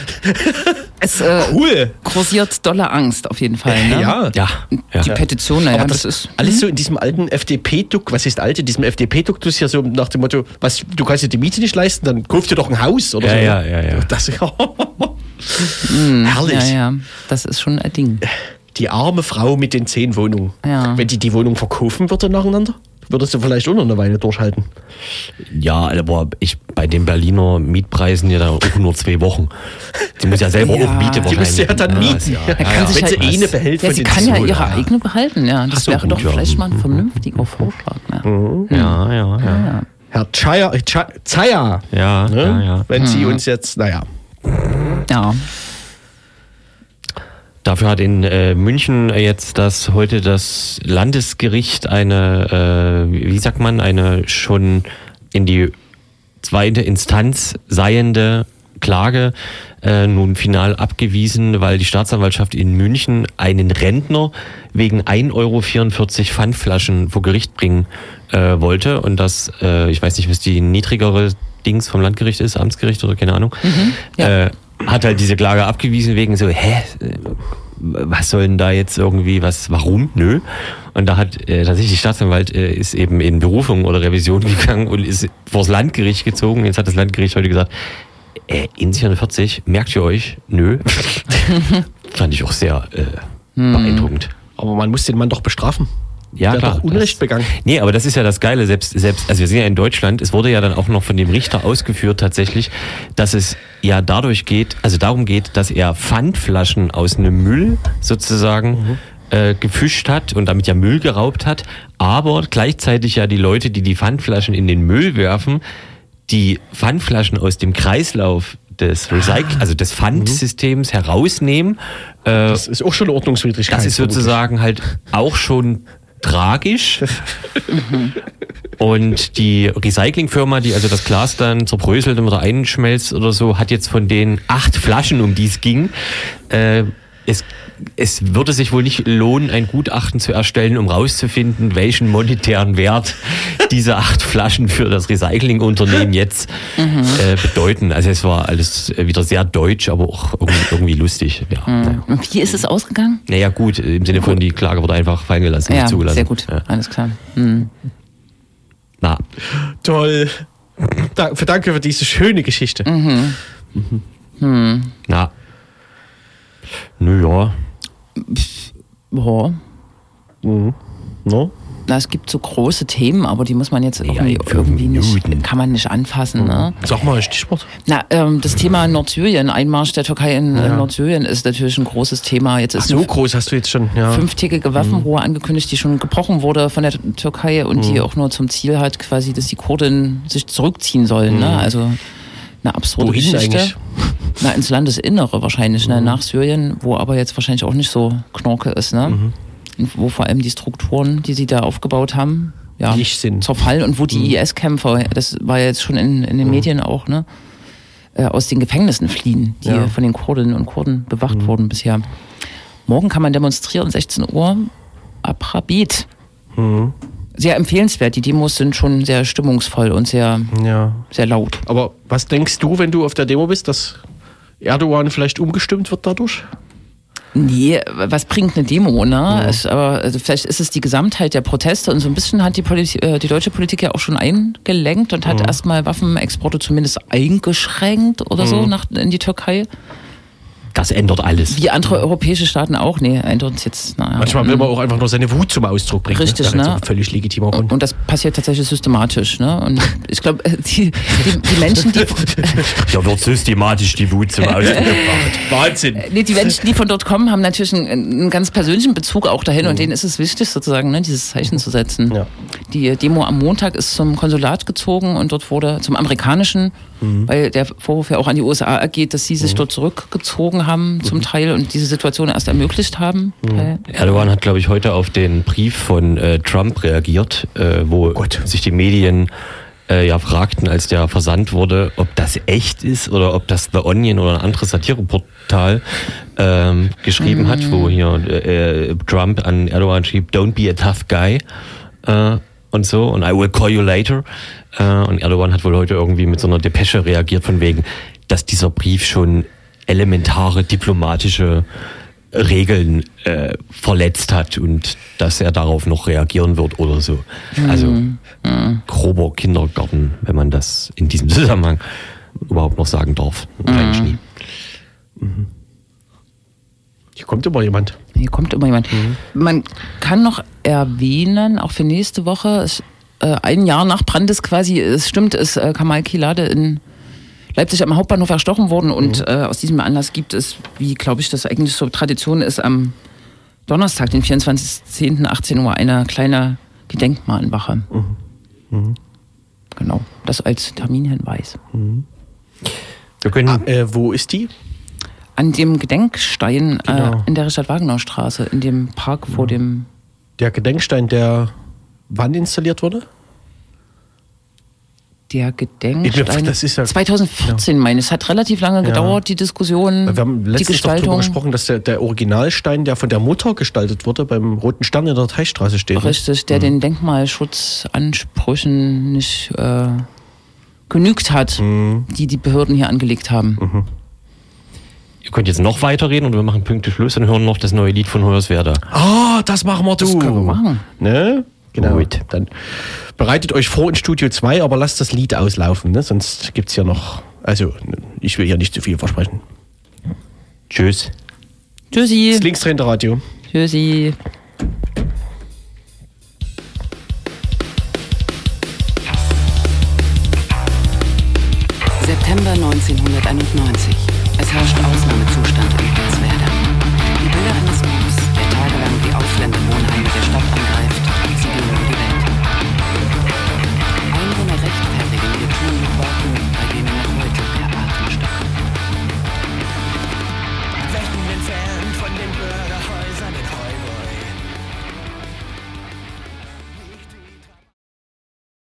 [SPEAKER 1] Es
[SPEAKER 3] Cool.
[SPEAKER 1] kursiert dolle Angst auf jeden Fall. Ne?
[SPEAKER 3] Ja.
[SPEAKER 1] Die Petition, naja,
[SPEAKER 3] Aber
[SPEAKER 1] das ist...
[SPEAKER 3] alles so in diesem alten FDP-Duck, was ist alte, diesem FDP-Duktus hier so nach dem Motto, du kannst dir die Miete nicht leisten, dann kauf dir doch ein Haus oder so.
[SPEAKER 2] Ja.
[SPEAKER 3] Das, herrlich.
[SPEAKER 1] Ja, das ist schon ein Ding.
[SPEAKER 3] Die arme Frau mit den 10 Wohnungen.
[SPEAKER 1] Ja.
[SPEAKER 3] Wenn die Wohnung verkaufen würde nacheinander, würdest du vielleicht auch noch eine Weile durchhalten.
[SPEAKER 2] Ja, aber bei den Berliner Mietpreisen ja dann auch nur 2 Wochen. Sie muss ja selber auch Miete wahrscheinlich.
[SPEAKER 3] Die müsste ja dann mieten.
[SPEAKER 1] kann sich
[SPEAKER 3] Wenn sie
[SPEAKER 1] halt-
[SPEAKER 3] eine behält
[SPEAKER 1] Ja,
[SPEAKER 3] von
[SPEAKER 1] sie
[SPEAKER 3] den
[SPEAKER 1] kann ja
[SPEAKER 3] 2.
[SPEAKER 1] ihre eigene behalten. Ja, das
[SPEAKER 2] Ach so,
[SPEAKER 1] wäre doch
[SPEAKER 2] gut, ja.
[SPEAKER 1] vielleicht mal ein vernünftiger Vorschlag. Ne?
[SPEAKER 2] Ja.
[SPEAKER 3] Herr Zayer,
[SPEAKER 2] Ja,
[SPEAKER 3] ne?
[SPEAKER 2] ja.
[SPEAKER 3] Wenn Sie uns jetzt,
[SPEAKER 1] Ja.
[SPEAKER 2] Dafür hat in München jetzt heute das Landesgericht eine schon in die 2. Instanz seiende Klage nun final abgewiesen, weil die Staatsanwaltschaft in München einen Rentner wegen 1,44 Euro Pfandflaschen vor Gericht bringen wollte. Und das, ich weiß nicht, was die niedrigere Dings vom Landgericht ist, Amtsgericht oder keine Ahnung, hat halt diese Klage abgewiesen wegen so, was soll denn da jetzt irgendwie, warum? Nö. Und da hat tatsächlich die Staatsanwalt ist eben in Berufung oder Revision gegangen und ist vors Landgericht gezogen. Jetzt hat das Landgericht heute gesagt, in 44, merkt ihr euch? Nö. Fand ich auch sehr beeindruckend.
[SPEAKER 3] aber man muss den Mann doch bestrafen.
[SPEAKER 2] Ja,
[SPEAKER 3] Der
[SPEAKER 2] klar.
[SPEAKER 3] hat doch Unrecht begangen.
[SPEAKER 2] Nee, aber das ist ja das Geile, selbst, also wir sind ja in Deutschland, es wurde ja dann auch noch von dem Richter ausgeführt tatsächlich, dass es ja darum geht, dass er Pfandflaschen aus einem Müll sozusagen gefischt hat und damit ja Müll geraubt hat, aber gleichzeitig ja die Leute, die die Pfandflaschen in den Müll werfen, die Pfandflaschen aus dem Kreislauf des des Pfandsystems herausnehmen.
[SPEAKER 3] Das ist auch schon eine Ordnungswidrigkeit.
[SPEAKER 2] Das ist sozusagen halt auch schon tragisch. Und die Recyclingfirma, die also das Glas dann zerbröselt oder einschmelzt oder so, hat jetzt von den 8 Flaschen, um die es ging, es würde sich wohl nicht lohnen, ein Gutachten zu erstellen, um rauszufinden, welchen monetären Wert diese 8 Flaschen für das Recyclingunternehmen jetzt bedeuten. Also es war alles wieder sehr deutsch, aber auch irgendwie lustig. Ja, naja.
[SPEAKER 1] Und wie ist es ausgegangen?
[SPEAKER 2] Naja gut, im Sinne von die Klage wurde einfach fallen gelassen, nicht
[SPEAKER 1] Ja,
[SPEAKER 2] zugelassen.
[SPEAKER 1] sehr gut.
[SPEAKER 2] Ja.
[SPEAKER 1] Alles klar.
[SPEAKER 2] Na,
[SPEAKER 3] Toll. Danke für diese schöne Geschichte.
[SPEAKER 2] na. Nö, ja.
[SPEAKER 1] Ja.
[SPEAKER 3] No?
[SPEAKER 1] es gibt so große Themen, aber die muss man jetzt irgendwie nicht, kann man nicht anfassen. Ne?
[SPEAKER 3] Sag mal ein Stichwort.
[SPEAKER 1] Das Thema Nordsyrien, Einmarsch der Türkei in Nordsyrien ist natürlich ein großes Thema. Jetzt ist
[SPEAKER 3] groß hast du jetzt schon. Ja.
[SPEAKER 1] 5-tägige Waffenruhe angekündigt, die schon gebrochen wurde von der Türkei und die auch nur zum Ziel hat, quasi, dass die Kurden sich zurückziehen sollen. Ne? Also eine absurde Geschichte. Eigentlich? Ins Landesinnere wahrscheinlich, ne? Nach Syrien, wo aber jetzt wahrscheinlich auch nicht so Knorke ist. Ne? Wo vor allem die Strukturen, die sie da aufgebaut haben, zerfallen und wo die IS-Kämpfer, das war ja jetzt schon in den Medien auch, ne, aus den Gefängnissen fliehen, die von den Kurdinnen und Kurden bewacht wurden bisher. Morgen kann man demonstrieren, 16 Uhr, Abrabit. Sehr empfehlenswert. Die Demos sind schon sehr stimmungsvoll und sehr laut.
[SPEAKER 3] Aber was denkst du, wenn du auf der Demo bist, dass Erdogan vielleicht umgestimmt wird dadurch?
[SPEAKER 1] Nee, was bringt eine Demo, ne? Also vielleicht ist es die Gesamtheit der Proteste und so ein bisschen hat die deutsche Politik ja auch schon eingelenkt und hat erstmal Waffenexporte zumindest eingeschränkt oder so in die Türkei.
[SPEAKER 2] Das ändert alles.
[SPEAKER 1] Wie andere europäische Staaten auch. Nee, ändert jetzt.
[SPEAKER 3] Manchmal will man auch einfach nur seine Wut zum Ausdruck bringen.
[SPEAKER 1] Richtig,
[SPEAKER 3] ne?
[SPEAKER 1] Ne?
[SPEAKER 3] Völlig legitimer Grund.
[SPEAKER 1] Und das passiert tatsächlich systematisch. Ne? Und ich glaube, die Menschen, die...
[SPEAKER 2] Da wird systematisch die Wut zum Ausdruck gebracht.
[SPEAKER 3] Wahnsinn.
[SPEAKER 1] Nee, die Menschen, die von dort kommen, haben natürlich einen ganz persönlichen Bezug auch dahin und denen ist es wichtig, sozusagen, ne, dieses Zeichen zu setzen. Ja. Die Demo am Montag ist zum Konsulat gezogen und dort wurde zum amerikanischen, weil der Vorwurf ja auch an die USA ergeht, dass sie sich dort zurückgezogen haben zum Teil und diese Situation erst ermöglicht haben.
[SPEAKER 2] Erdogan hat, glaube ich, heute auf den Brief von Trump reagiert, wo sich die Medien fragten, als der versandt wurde, ob das echt ist oder ob das The Onion oder ein anderes Satireportal geschrieben hat, wo hier Trump an Erdogan schrieb, "Don't be a tough guy" und so und "I will call you later". Und Erdogan hat wohl heute irgendwie mit so einer Depesche reagiert von wegen, dass dieser Brief schon elementare diplomatische Regeln verletzt hat und dass er darauf noch reagieren wird oder so. Also grober Kindergarten, wenn man das in diesem Zusammenhang überhaupt noch sagen darf. Eigentlich nie.
[SPEAKER 3] Hier kommt immer jemand.
[SPEAKER 1] Man kann noch erwähnen, auch für nächste Woche, ein Jahr nach Brandes quasi, es stimmt, ist Kamal Kilade in Leipzig am Hauptbahnhof erstochen worden und aus diesem Anlass gibt es, wie glaube ich das eigentlich so Tradition ist, am Donnerstag, den 24.10. 18 Uhr eine kleine Gedenkmahnwache. Genau, das als Terminhinweis.
[SPEAKER 3] Wir können, wo ist die?
[SPEAKER 1] An dem Gedenkstein in der Richard-Wagner-Straße, in dem Park vor dem...
[SPEAKER 3] Der Gedenkstein, der wann installiert wurde?
[SPEAKER 1] Der Gedenkstein,
[SPEAKER 3] das ist ja
[SPEAKER 1] 2014 meine ich. Es hat relativ lange gedauert, die Diskussion,
[SPEAKER 3] wir haben letztens
[SPEAKER 1] die Gestaltung.
[SPEAKER 3] darüber gesprochen, dass der Originalstein, der von der Mutter gestaltet wurde, beim Roten Stern in der Teichstraße steht.
[SPEAKER 1] Richtig, der den Denkmalschutzansprüchen nicht genügt hat, die Behörden hier angelegt haben.
[SPEAKER 2] Ihr könnt jetzt noch weiterreden und wir machen pünktlich Schluss und hören noch das neue Lied von Hoyerswerda.
[SPEAKER 3] Das machen wir, du.
[SPEAKER 1] Das können wir machen.
[SPEAKER 3] Ne? Genau.
[SPEAKER 2] Gut.
[SPEAKER 3] Dann bereitet euch vor in Studio 2, aber lasst das Lied auslaufen, ne? Sonst gibt es ja noch... Also, ich will ja nicht zu viel versprechen.
[SPEAKER 2] Tschüss.
[SPEAKER 1] Tschüssi.
[SPEAKER 3] Das Linksdrehende Radio.
[SPEAKER 1] Tschüssi.
[SPEAKER 6] September 1991. Es herrscht